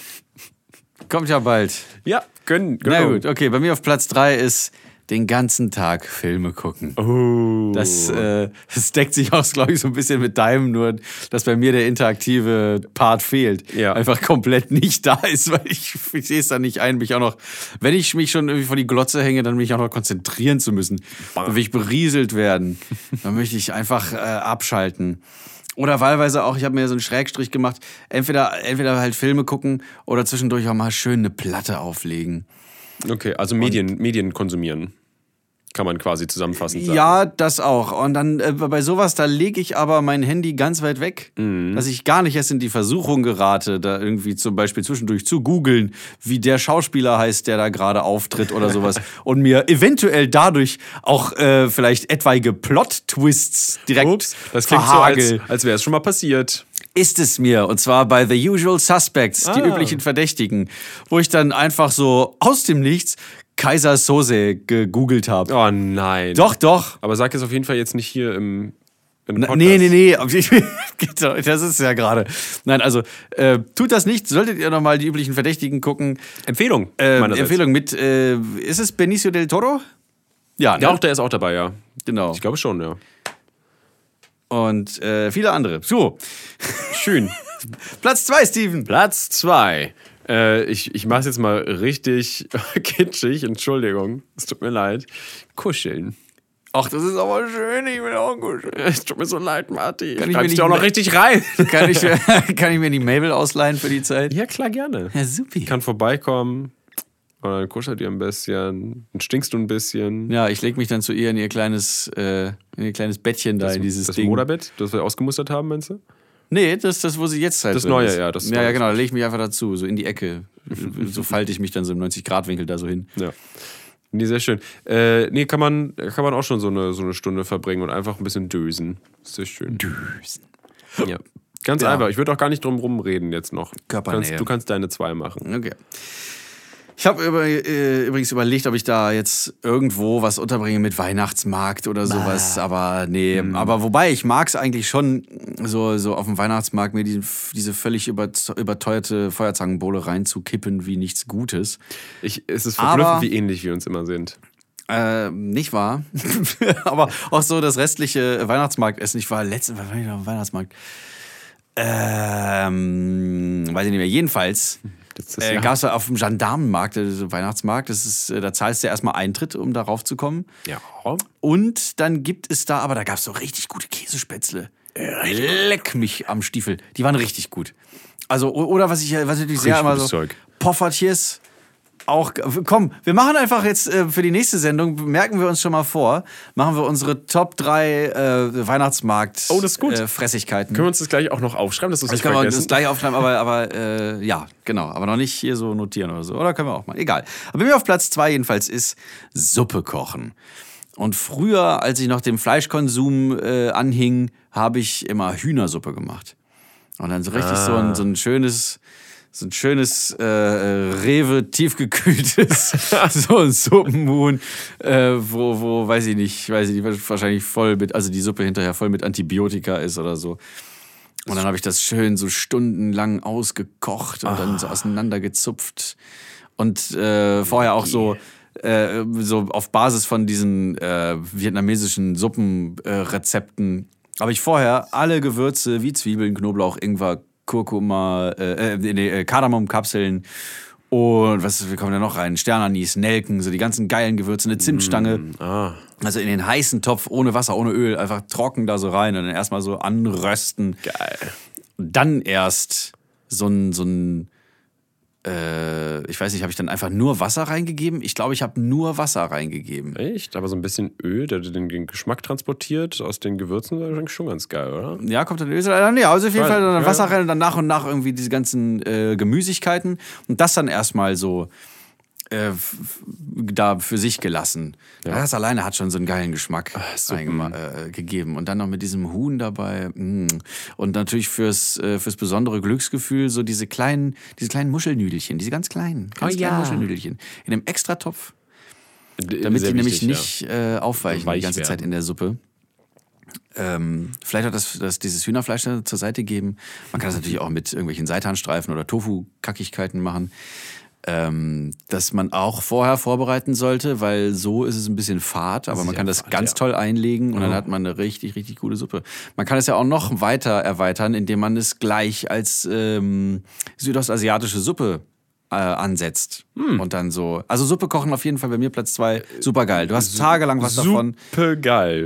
Kommt ja bald. Ja, gönn, gönn. Na gut, okay. Bei mir auf Platz drei ist den ganzen Tag Filme gucken. Oh. Das, äh, das deckt sich auch, glaube ich, so ein bisschen mit deinem, nur dass bei mir der interaktive Part fehlt. Ja. Einfach komplett nicht da ist, weil ich, ich sehe es dann nicht ein, mich auch noch, wenn ich mich schon irgendwie vor die Glotze hänge, dann mich auch noch konzentrieren zu müssen. Dann will ich berieselt werden. Dann möchte ich einfach äh, abschalten. Oder wahlweise auch, ich habe mir so einen Schrägstrich gemacht, entweder, entweder halt Filme gucken oder zwischendurch auch mal schön eine Platte auflegen. Okay, also Medien, Medien konsumieren. Kann man quasi zusammenfassend sagen. Ja, das auch. Und dann äh, bei sowas, da lege ich aber mein Handy ganz weit weg, Mhm. dass ich gar nicht erst in die Versuchung gerate, da irgendwie zum Beispiel zwischendurch zu googeln, wie der Schauspieler heißt, der da gerade auftritt oder sowas. Und mir eventuell dadurch auch äh, vielleicht etwaige Plot-Twists direkt Ups, das klingt verhagel. so, als, als wäre es schon mal passiert. Ist es mir, und zwar bei The Usual Suspects, die Ah. üblichen Verdächtigen, wo ich dann einfach so aus dem Nichts Kaiser Soze gegoogelt habe. Oh nein. Doch, doch. Aber sag es auf jeden Fall jetzt nicht hier im, im Na, Podcast. nee, nee, nee. Das ist ja gerade. Nein, also äh, tut das nicht. Solltet ihr nochmal die üblichen Verdächtigen gucken. Empfehlung. Äh, meinerseits. Empfehlung mit, äh, ist es Benicio del Toro? Ja, ne? Ja, auch der ist auch dabei, ja. Genau. Ich glaube schon, ja. Und äh, viele andere. So. Schön. Platz zwei, Steven. Platz zwei. Äh, ich ich mache es jetzt mal richtig kitschig, Entschuldigung. Es tut mir leid. Kuscheln. Ach, das ist aber schön. Ich will auch kuscheln. Es tut mir so leid, Marti. Kann ich Ich mir dich nicht auch noch me- richtig rein. Kann ich, kann ich mir die Mabel ausleihen für die Zeit? Ja, klar, gerne. Ja, supi. Ich kann vorbeikommen und dann kuschelt ihr ein bisschen, dann stinkst du ein bisschen. Ja, ich lege mich dann zu ihr in ihr kleines, äh, in ihr kleines Bettchen da, das in dieses das Ding. Moderbett, das wir ausgemustert haben, meinst du? Nee, das ist das, wo sie jetzt halt Das drin Neue, ist. ja, das ja, ja, Neue. genau, da lege ich mich einfach dazu, so in die Ecke. So falte ich mich dann so im neunzig-Grad-Winkel da so hin. Ja. Nee, sehr schön. Äh, nee, kann man, kann man auch schon so eine, so eine Stunde verbringen und einfach ein bisschen dösen. Sehr schön. Dösen. Ja. Ganz Mhm. Ja. einfach. Ich einfach. Ich würde auch gar nicht drum rumreden jetzt noch. Körpernähe. Du kannst, du kannst deine zwei machen. Okay. Ich habe über, äh, übrigens überlegt, ob ich da jetzt irgendwo was unterbringe mit Weihnachtsmarkt oder sowas. Bah. Aber nee, mhm. aber wobei, ich mag es eigentlich schon, so, so auf dem Weihnachtsmarkt mir die, diese völlig überteuerte Feuerzangenbowle reinzukippen wie nichts Gutes. Ich, es ist verblüffend, wie ähnlich wir uns immer sind. Äh, nicht wahr? Aber auch so das restliche Weihnachtsmarktessen. Ich war letztens, was war ich noch am Weihnachtsmarkt? Ähm, weiß ich nicht mehr. Jedenfalls äh, gab es auf dem Gendarmenmarkt, also Weihnachtsmarkt, das ist, da zahlst du erstmal Eintritt, um darauf zu kommen. Ja. Und dann gibt es da, aber da gab es so richtig gute Käsespätzle. Leck mich am Stiefel. Die waren richtig gut. Also, oder was ich, was ich natürlich sehr immer so, Zeug. Poffertjes. Auch, komm, wir machen einfach jetzt äh, für die nächste Sendung, merken wir uns schon mal vor, machen wir unsere Top drei äh, Weihnachtsmarkt oh, das ist gut. Äh, Fressigkeiten. Können wir uns das gleich auch noch aufschreiben, dass du es das nicht können vergessen? wir uns das gleich aufschreiben, aber, aber äh, ja, genau, aber noch nicht hier so notieren oder so. Oder können wir auch mal, egal. Aber bei mir auf Platz zwei jedenfalls ist Suppe kochen. Und früher, als ich noch dem Fleischkonsum äh, anhing, habe ich immer Hühnersuppe gemacht. Und dann so richtig ah. so, ein, so ein schönes... So ein schönes äh, Rewe tiefgekühltes so ein Suppenhuhn, äh, wo, wo, weiß ich nicht, weiß ich nicht, wahrscheinlich voll mit, also die Suppe hinterher voll mit Antibiotika ist oder so. Und dann habe ich das schön so stundenlang ausgekocht und ah. dann so auseinandergezupft. Und äh, vorher auch so, äh, so auf Basis von diesen äh, vietnamesischen Suppenrezepten äh, habe ich vorher alle Gewürze wie Zwiebeln, Knoblauch, Ingwer, Kurkuma, äh, nee, Kardamomkapseln und was wir kommen da noch rein? Sternanis, Nelken, so die ganzen geilen Gewürze, eine Zimtstange. Mm, ah. Also in den heißen Topf, ohne Wasser, ohne Öl, einfach trocken da so rein und dann erstmal so anrösten. Geil. Und dann erst so ein, so ein äh, ich weiß nicht, habe ich dann einfach nur Wasser reingegeben? Ich glaube, ich habe nur Wasser reingegeben. Echt? Aber so ein bisschen Öl, der den Geschmack transportiert aus den Gewürzen, war eigentlich schon ganz geil, oder? Ja, kommt dann Öl. Ja, also auf jeden Fall dann Wasser rein und dann nach und nach irgendwie diese ganzen äh, Gemüsigkeiten und das dann erstmal so äh, f- da für sich gelassen. Ja. Das alleine hat schon so einen geilen Geschmack Ach, eingema- äh, gegeben. Und dann noch mit diesem Huhn dabei. Mh. Und natürlich fürs, äh, fürs besondere Glücksgefühl so diese kleinen, diese kleinen Muschelnüdelchen, diese ganz kleinen, ganz oh, kleinen ja. Muschelnüdelchen. In einem Extratopf. D- Damit sehr die nämlich wichtig, nicht ja. äh, aufweichen Weich die ganze werden. Zeit in der Suppe. Ähm, vielleicht auch das, das, dieses Hühnerfleisch zur Seite geben. Man kann das natürlich auch mit irgendwelchen Seitanstreifen oder Tofu-Kackigkeiten machen. Ähm, dass man auch vorher vorbereiten sollte, weil so ist es ein bisschen fad, aber man Sehr kann das fad, ganz ja. toll einlegen und Ja. dann hat man eine richtig, richtig gute Suppe. Man kann es ja auch noch weiter erweitern, indem man es gleich als ähm, südostasiatische Suppe äh, ansetzt. Hm. Und dann so. Also Suppe kochen auf jeden Fall bei mir Platz zwei. Super geil. Du hast tagelang was davon. Super geil.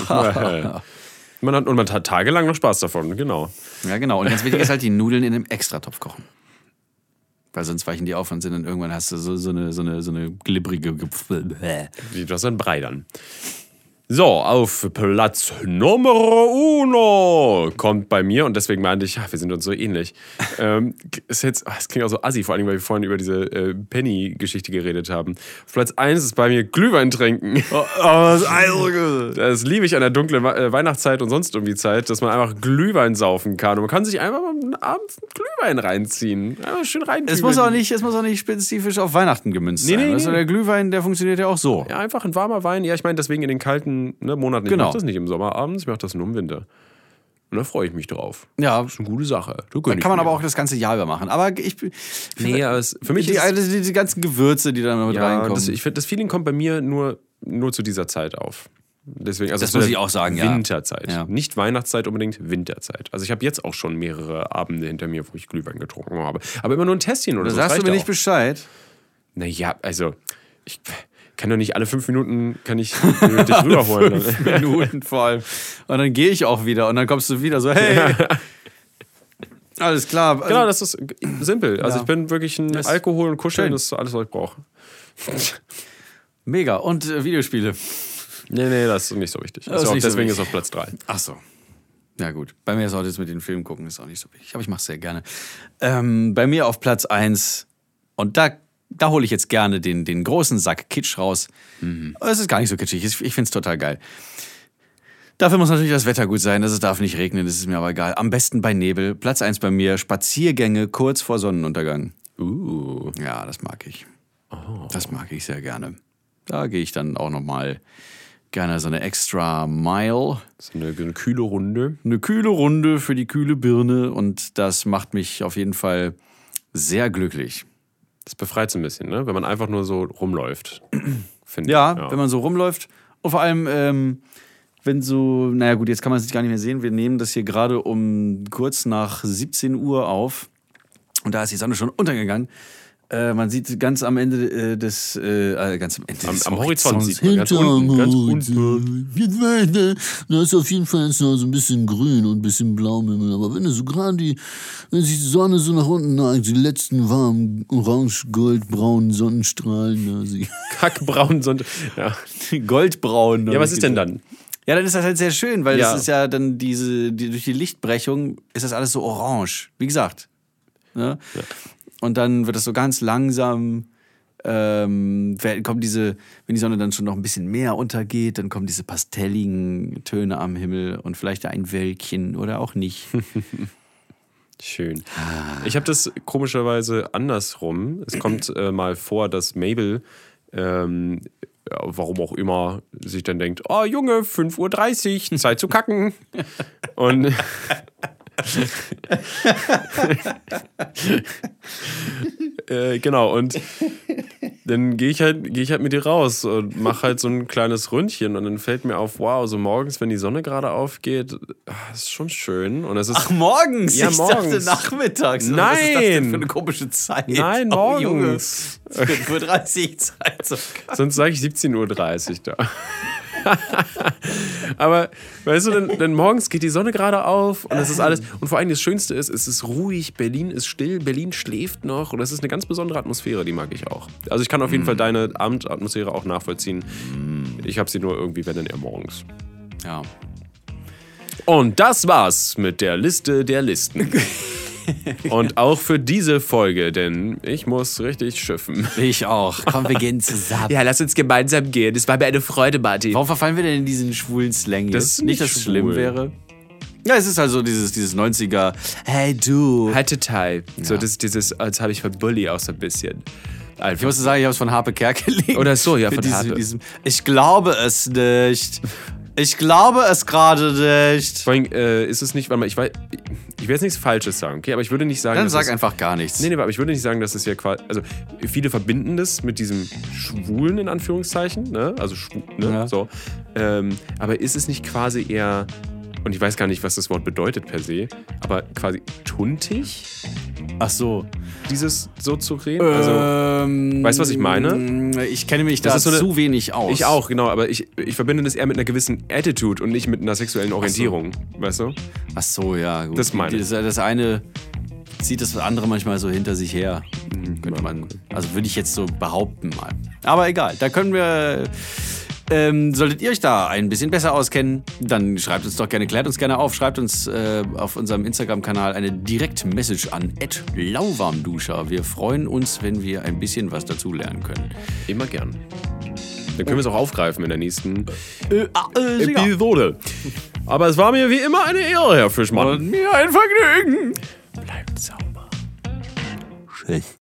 man hat, und man hat tagelang noch Spaß davon, genau. Ja, genau. Und ganz wichtig ist halt die Nudeln in einem Extratopf kochen. Weil sonst weichen die auf und sind dann irgendwann hast du so, so eine, so eine, so eine glibbrige. Du hast einen Brei dann. So, auf Platz Numero uno kommt bei mir, und deswegen meinte ich, ja, wir sind uns so ähnlich. ähm, ist jetzt, es klingt auch so assi, vor allem, weil wir vorhin über diese äh, Penny-Geschichte geredet haben. Auf Platz eins ist bei mir Glühwein trinken. Oh, das ist eisige. Das liebe ich an der dunklen äh, Weihnachtszeit und sonst irgendwie Zeit, dass man einfach Glühwein saufen kann. Und man kann sich einfach mal abends Glühwein reinziehen. Einfach schön rein. Es muss auch nicht, es muss auch nicht spezifisch auf Weihnachten gemünzt Nee, sein. nee, Also nee. der Glühwein, der funktioniert ja auch so. Ja, einfach ein warmer Wein. Ja, ich meine, deswegen in den kalten ne, Monaten. Ich Genau. mache das nicht im Sommer abends, ich mache das nur im Winter. Und da freue ich mich drauf. Ja, Das ist eine gute Sache. Da da kann man aber auch das ganze Jahr über machen. Aber ich, Nee, aber es, für mich die, ist also die, die ganzen Gewürze, die da mit ja, reinkommen. das, ich finde, das Feeling kommt bei mir nur, nur zu dieser Zeit auf. Deswegen, also Das zu muss der ich auch sagen, ja. Winterzeit. Ja. Nicht Weihnachtszeit unbedingt, Winterzeit. Also ich habe jetzt auch schon mehrere Abende hinter mir, wo ich Glühwein getrunken habe. Aber immer nur ein Tässchen oder da so. sagst das du reicht mir auch. nicht Bescheid. Naja, also ich kann doch nicht alle fünf Minuten kann ich äh, dich rüberholen. Fünf Minuten vor allem. Und dann gehe ich auch wieder und dann kommst du wieder so, hey. Alles klar. Also, Genau, das ist simpel. Also Ja. ich bin wirklich ein Das- Alkohol und Kuscheln, schön. das ist alles, was ich brauche. mega. Und äh, Videospiele. Nee, nee, das ist nicht so wichtig. Das Also ist auch nicht so deswegen wichtig. ist es auf Platz drei. Ach so. Ja gut. Bei mir ist auch das mit den Filmen gucken ist auch nicht so wichtig. Aber ich mache es sehr gerne. Ähm, bei mir auf Platz eins. Und da, da hole ich jetzt gerne den, den großen Sack Kitsch raus. Mhm. Es ist gar nicht so kitschig. Ich, ich finde es total geil. Dafür muss natürlich das Wetter gut sein. Es darf nicht regnen, das ist mir aber egal. Am besten bei Nebel. Platz eins bei mir. Spaziergänge kurz vor Sonnenuntergang. Uh. Ja, das mag ich. Oh. Das mag ich sehr gerne. Da gehe ich dann auch nochmal gerne so eine extra Mile. So eine, eine kühle Runde. Eine kühle Runde für die kühle Birne und das macht mich auf jeden Fall sehr glücklich. Das befreit so ein bisschen, ne? Wenn man einfach nur so rumläuft. Ja, ja, wenn man so rumläuft. Und vor allem, ähm, wenn so, naja gut, jetzt kann man es gar nicht mehr sehen. Wir nehmen das hier gerade um kurz nach siebzehn Uhr auf. Und da ist die Sonne schon untergegangen. Äh, man sieht ganz am Ende äh, des, äh, ganz am Ende am, des am Horizont sieht man ganz Hinterm unten, ganz Horizont. unten. Geht weiter. Da ist auf jeden Fall jetzt noch so ein bisschen grün und ein bisschen Blauhimmel. Aber wenn du so gerade die, wenn sich die Sonne so nach unten neigt, die letzten warmen, orange, goldbraunen Sonnenstrahlen da sie. Kackbraun, Sonne. Ja. Goldbraun. Ja, was ist denn dann? Ja, dann ist das halt sehr schön, weil Ja. das ist ja dann diese, die, durch die Lichtbrechung ist das alles so orange. Wie gesagt. Ne? Ja. Und dann wird das so ganz langsam, ähm, kommt diese, wenn die Sonne dann schon noch ein bisschen mehr untergeht, dann kommen diese pastelligen Töne am Himmel und vielleicht ein Wölkchen oder auch nicht. Schön. Ich habe das komischerweise andersrum. Es kommt äh, mal vor, dass Mabel, ähm, ja, warum auch immer, sich dann denkt, oh Junge, fünf Uhr dreißig, Zeit zu kacken. Und äh, genau, und dann gehe ich halt, gehe ich halt mit ihr raus und mache halt so ein kleines Ründchen und dann fällt mir auf, wow, so morgens, wenn die Sonne gerade aufgeht, das ist schon schön. Und es ist Ach, morgens? Ja, ich morgens. dachte nachmittags. Nein. Was ist das denn für eine komische Zeit? Nein, Oh, Junge. morgens. fünf Uhr dreißig Zeit sogar. Sonst sage ich siebzehn Uhr dreißig da. Aber, weißt du, denn, denn morgens geht die Sonne gerade auf und es ist alles. Und vor allem das Schönste ist, es ist ruhig, Berlin ist still, Berlin schläft noch und das ist eine ganz besondere Atmosphäre, die mag ich auch. Also ich kann auf jeden mm. Fall deine Abendatmosphäre auch nachvollziehen. Mm. Ich habe sie nur irgendwie, wenn dann eher morgens. Ja. Und das war's mit der Liste der Listen. Und auch für diese Folge, denn ich muss richtig schiffen. Ich auch. Komm, wir gehen zusammen. Ja, lass uns gemeinsam gehen. Es war mir eine Freude, Martin. Warum verfallen wir denn in diesen schwulen Slang jetzt? Das ist nicht dass es schwul. schlimm wäre. Ja, es ist also dieses, dieses neunziger, hey du. Hatte Teil. So, das, dieses, als habe ich von Bully auch so ein bisschen. Einfach. Ich musste sagen, ich habe es von Harpe Kerkeling. Oder so, ja, Mit von diesem, Harpe. Diesem, ich glaube es nicht. Ich glaube es gerade nicht. Vor allem äh, ist es nicht, warte mal, ich weiß, ich will jetzt nichts Falsches sagen, okay, aber ich würde nicht sagen, Dann dass sag es, einfach gar nichts. Nee, nee, aber ich würde nicht sagen, dass es ja quasi, also viele verbinden das mit diesem Schwulen in Anführungszeichen, ne, also schwul, ne, Ja. so, ähm, aber ist es nicht quasi eher, und ich weiß gar nicht, was das Wort bedeutet per se, aber quasi tuntig, Ach so. dieses so zu reden, also, ähm, weißt du, was ich meine? Ich kenne mich Das da ist so eine- zu wenig aus. ich auch, genau, aber ich, ich verbinde das eher mit einer gewissen Attitude und nicht mit einer sexuellen Orientierung, weißt du? Ach so, ja, gut. Das meine ich. Das, das eine zieht das andere manchmal so hinter sich her. Könnte man, also würde ich jetzt so behaupten mal. Aber egal, da können wir. Ähm, solltet ihr euch da ein bisschen besser auskennen, dann schreibt uns doch gerne, klärt uns gerne auf, schreibt uns äh, auf unserem Instagram-Kanal eine Direct-Message an at lauwarmduscher. Wir freuen uns, wenn wir ein bisschen was dazu lernen können. Immer gern. Dann können wir es auch aufgreifen in der nächsten Äh, äh, Episode. Aber es war mir wie immer eine Ehre, Herr Fischmann. Und mir ein Vergnügen. Bleibt sauber. Tschüss.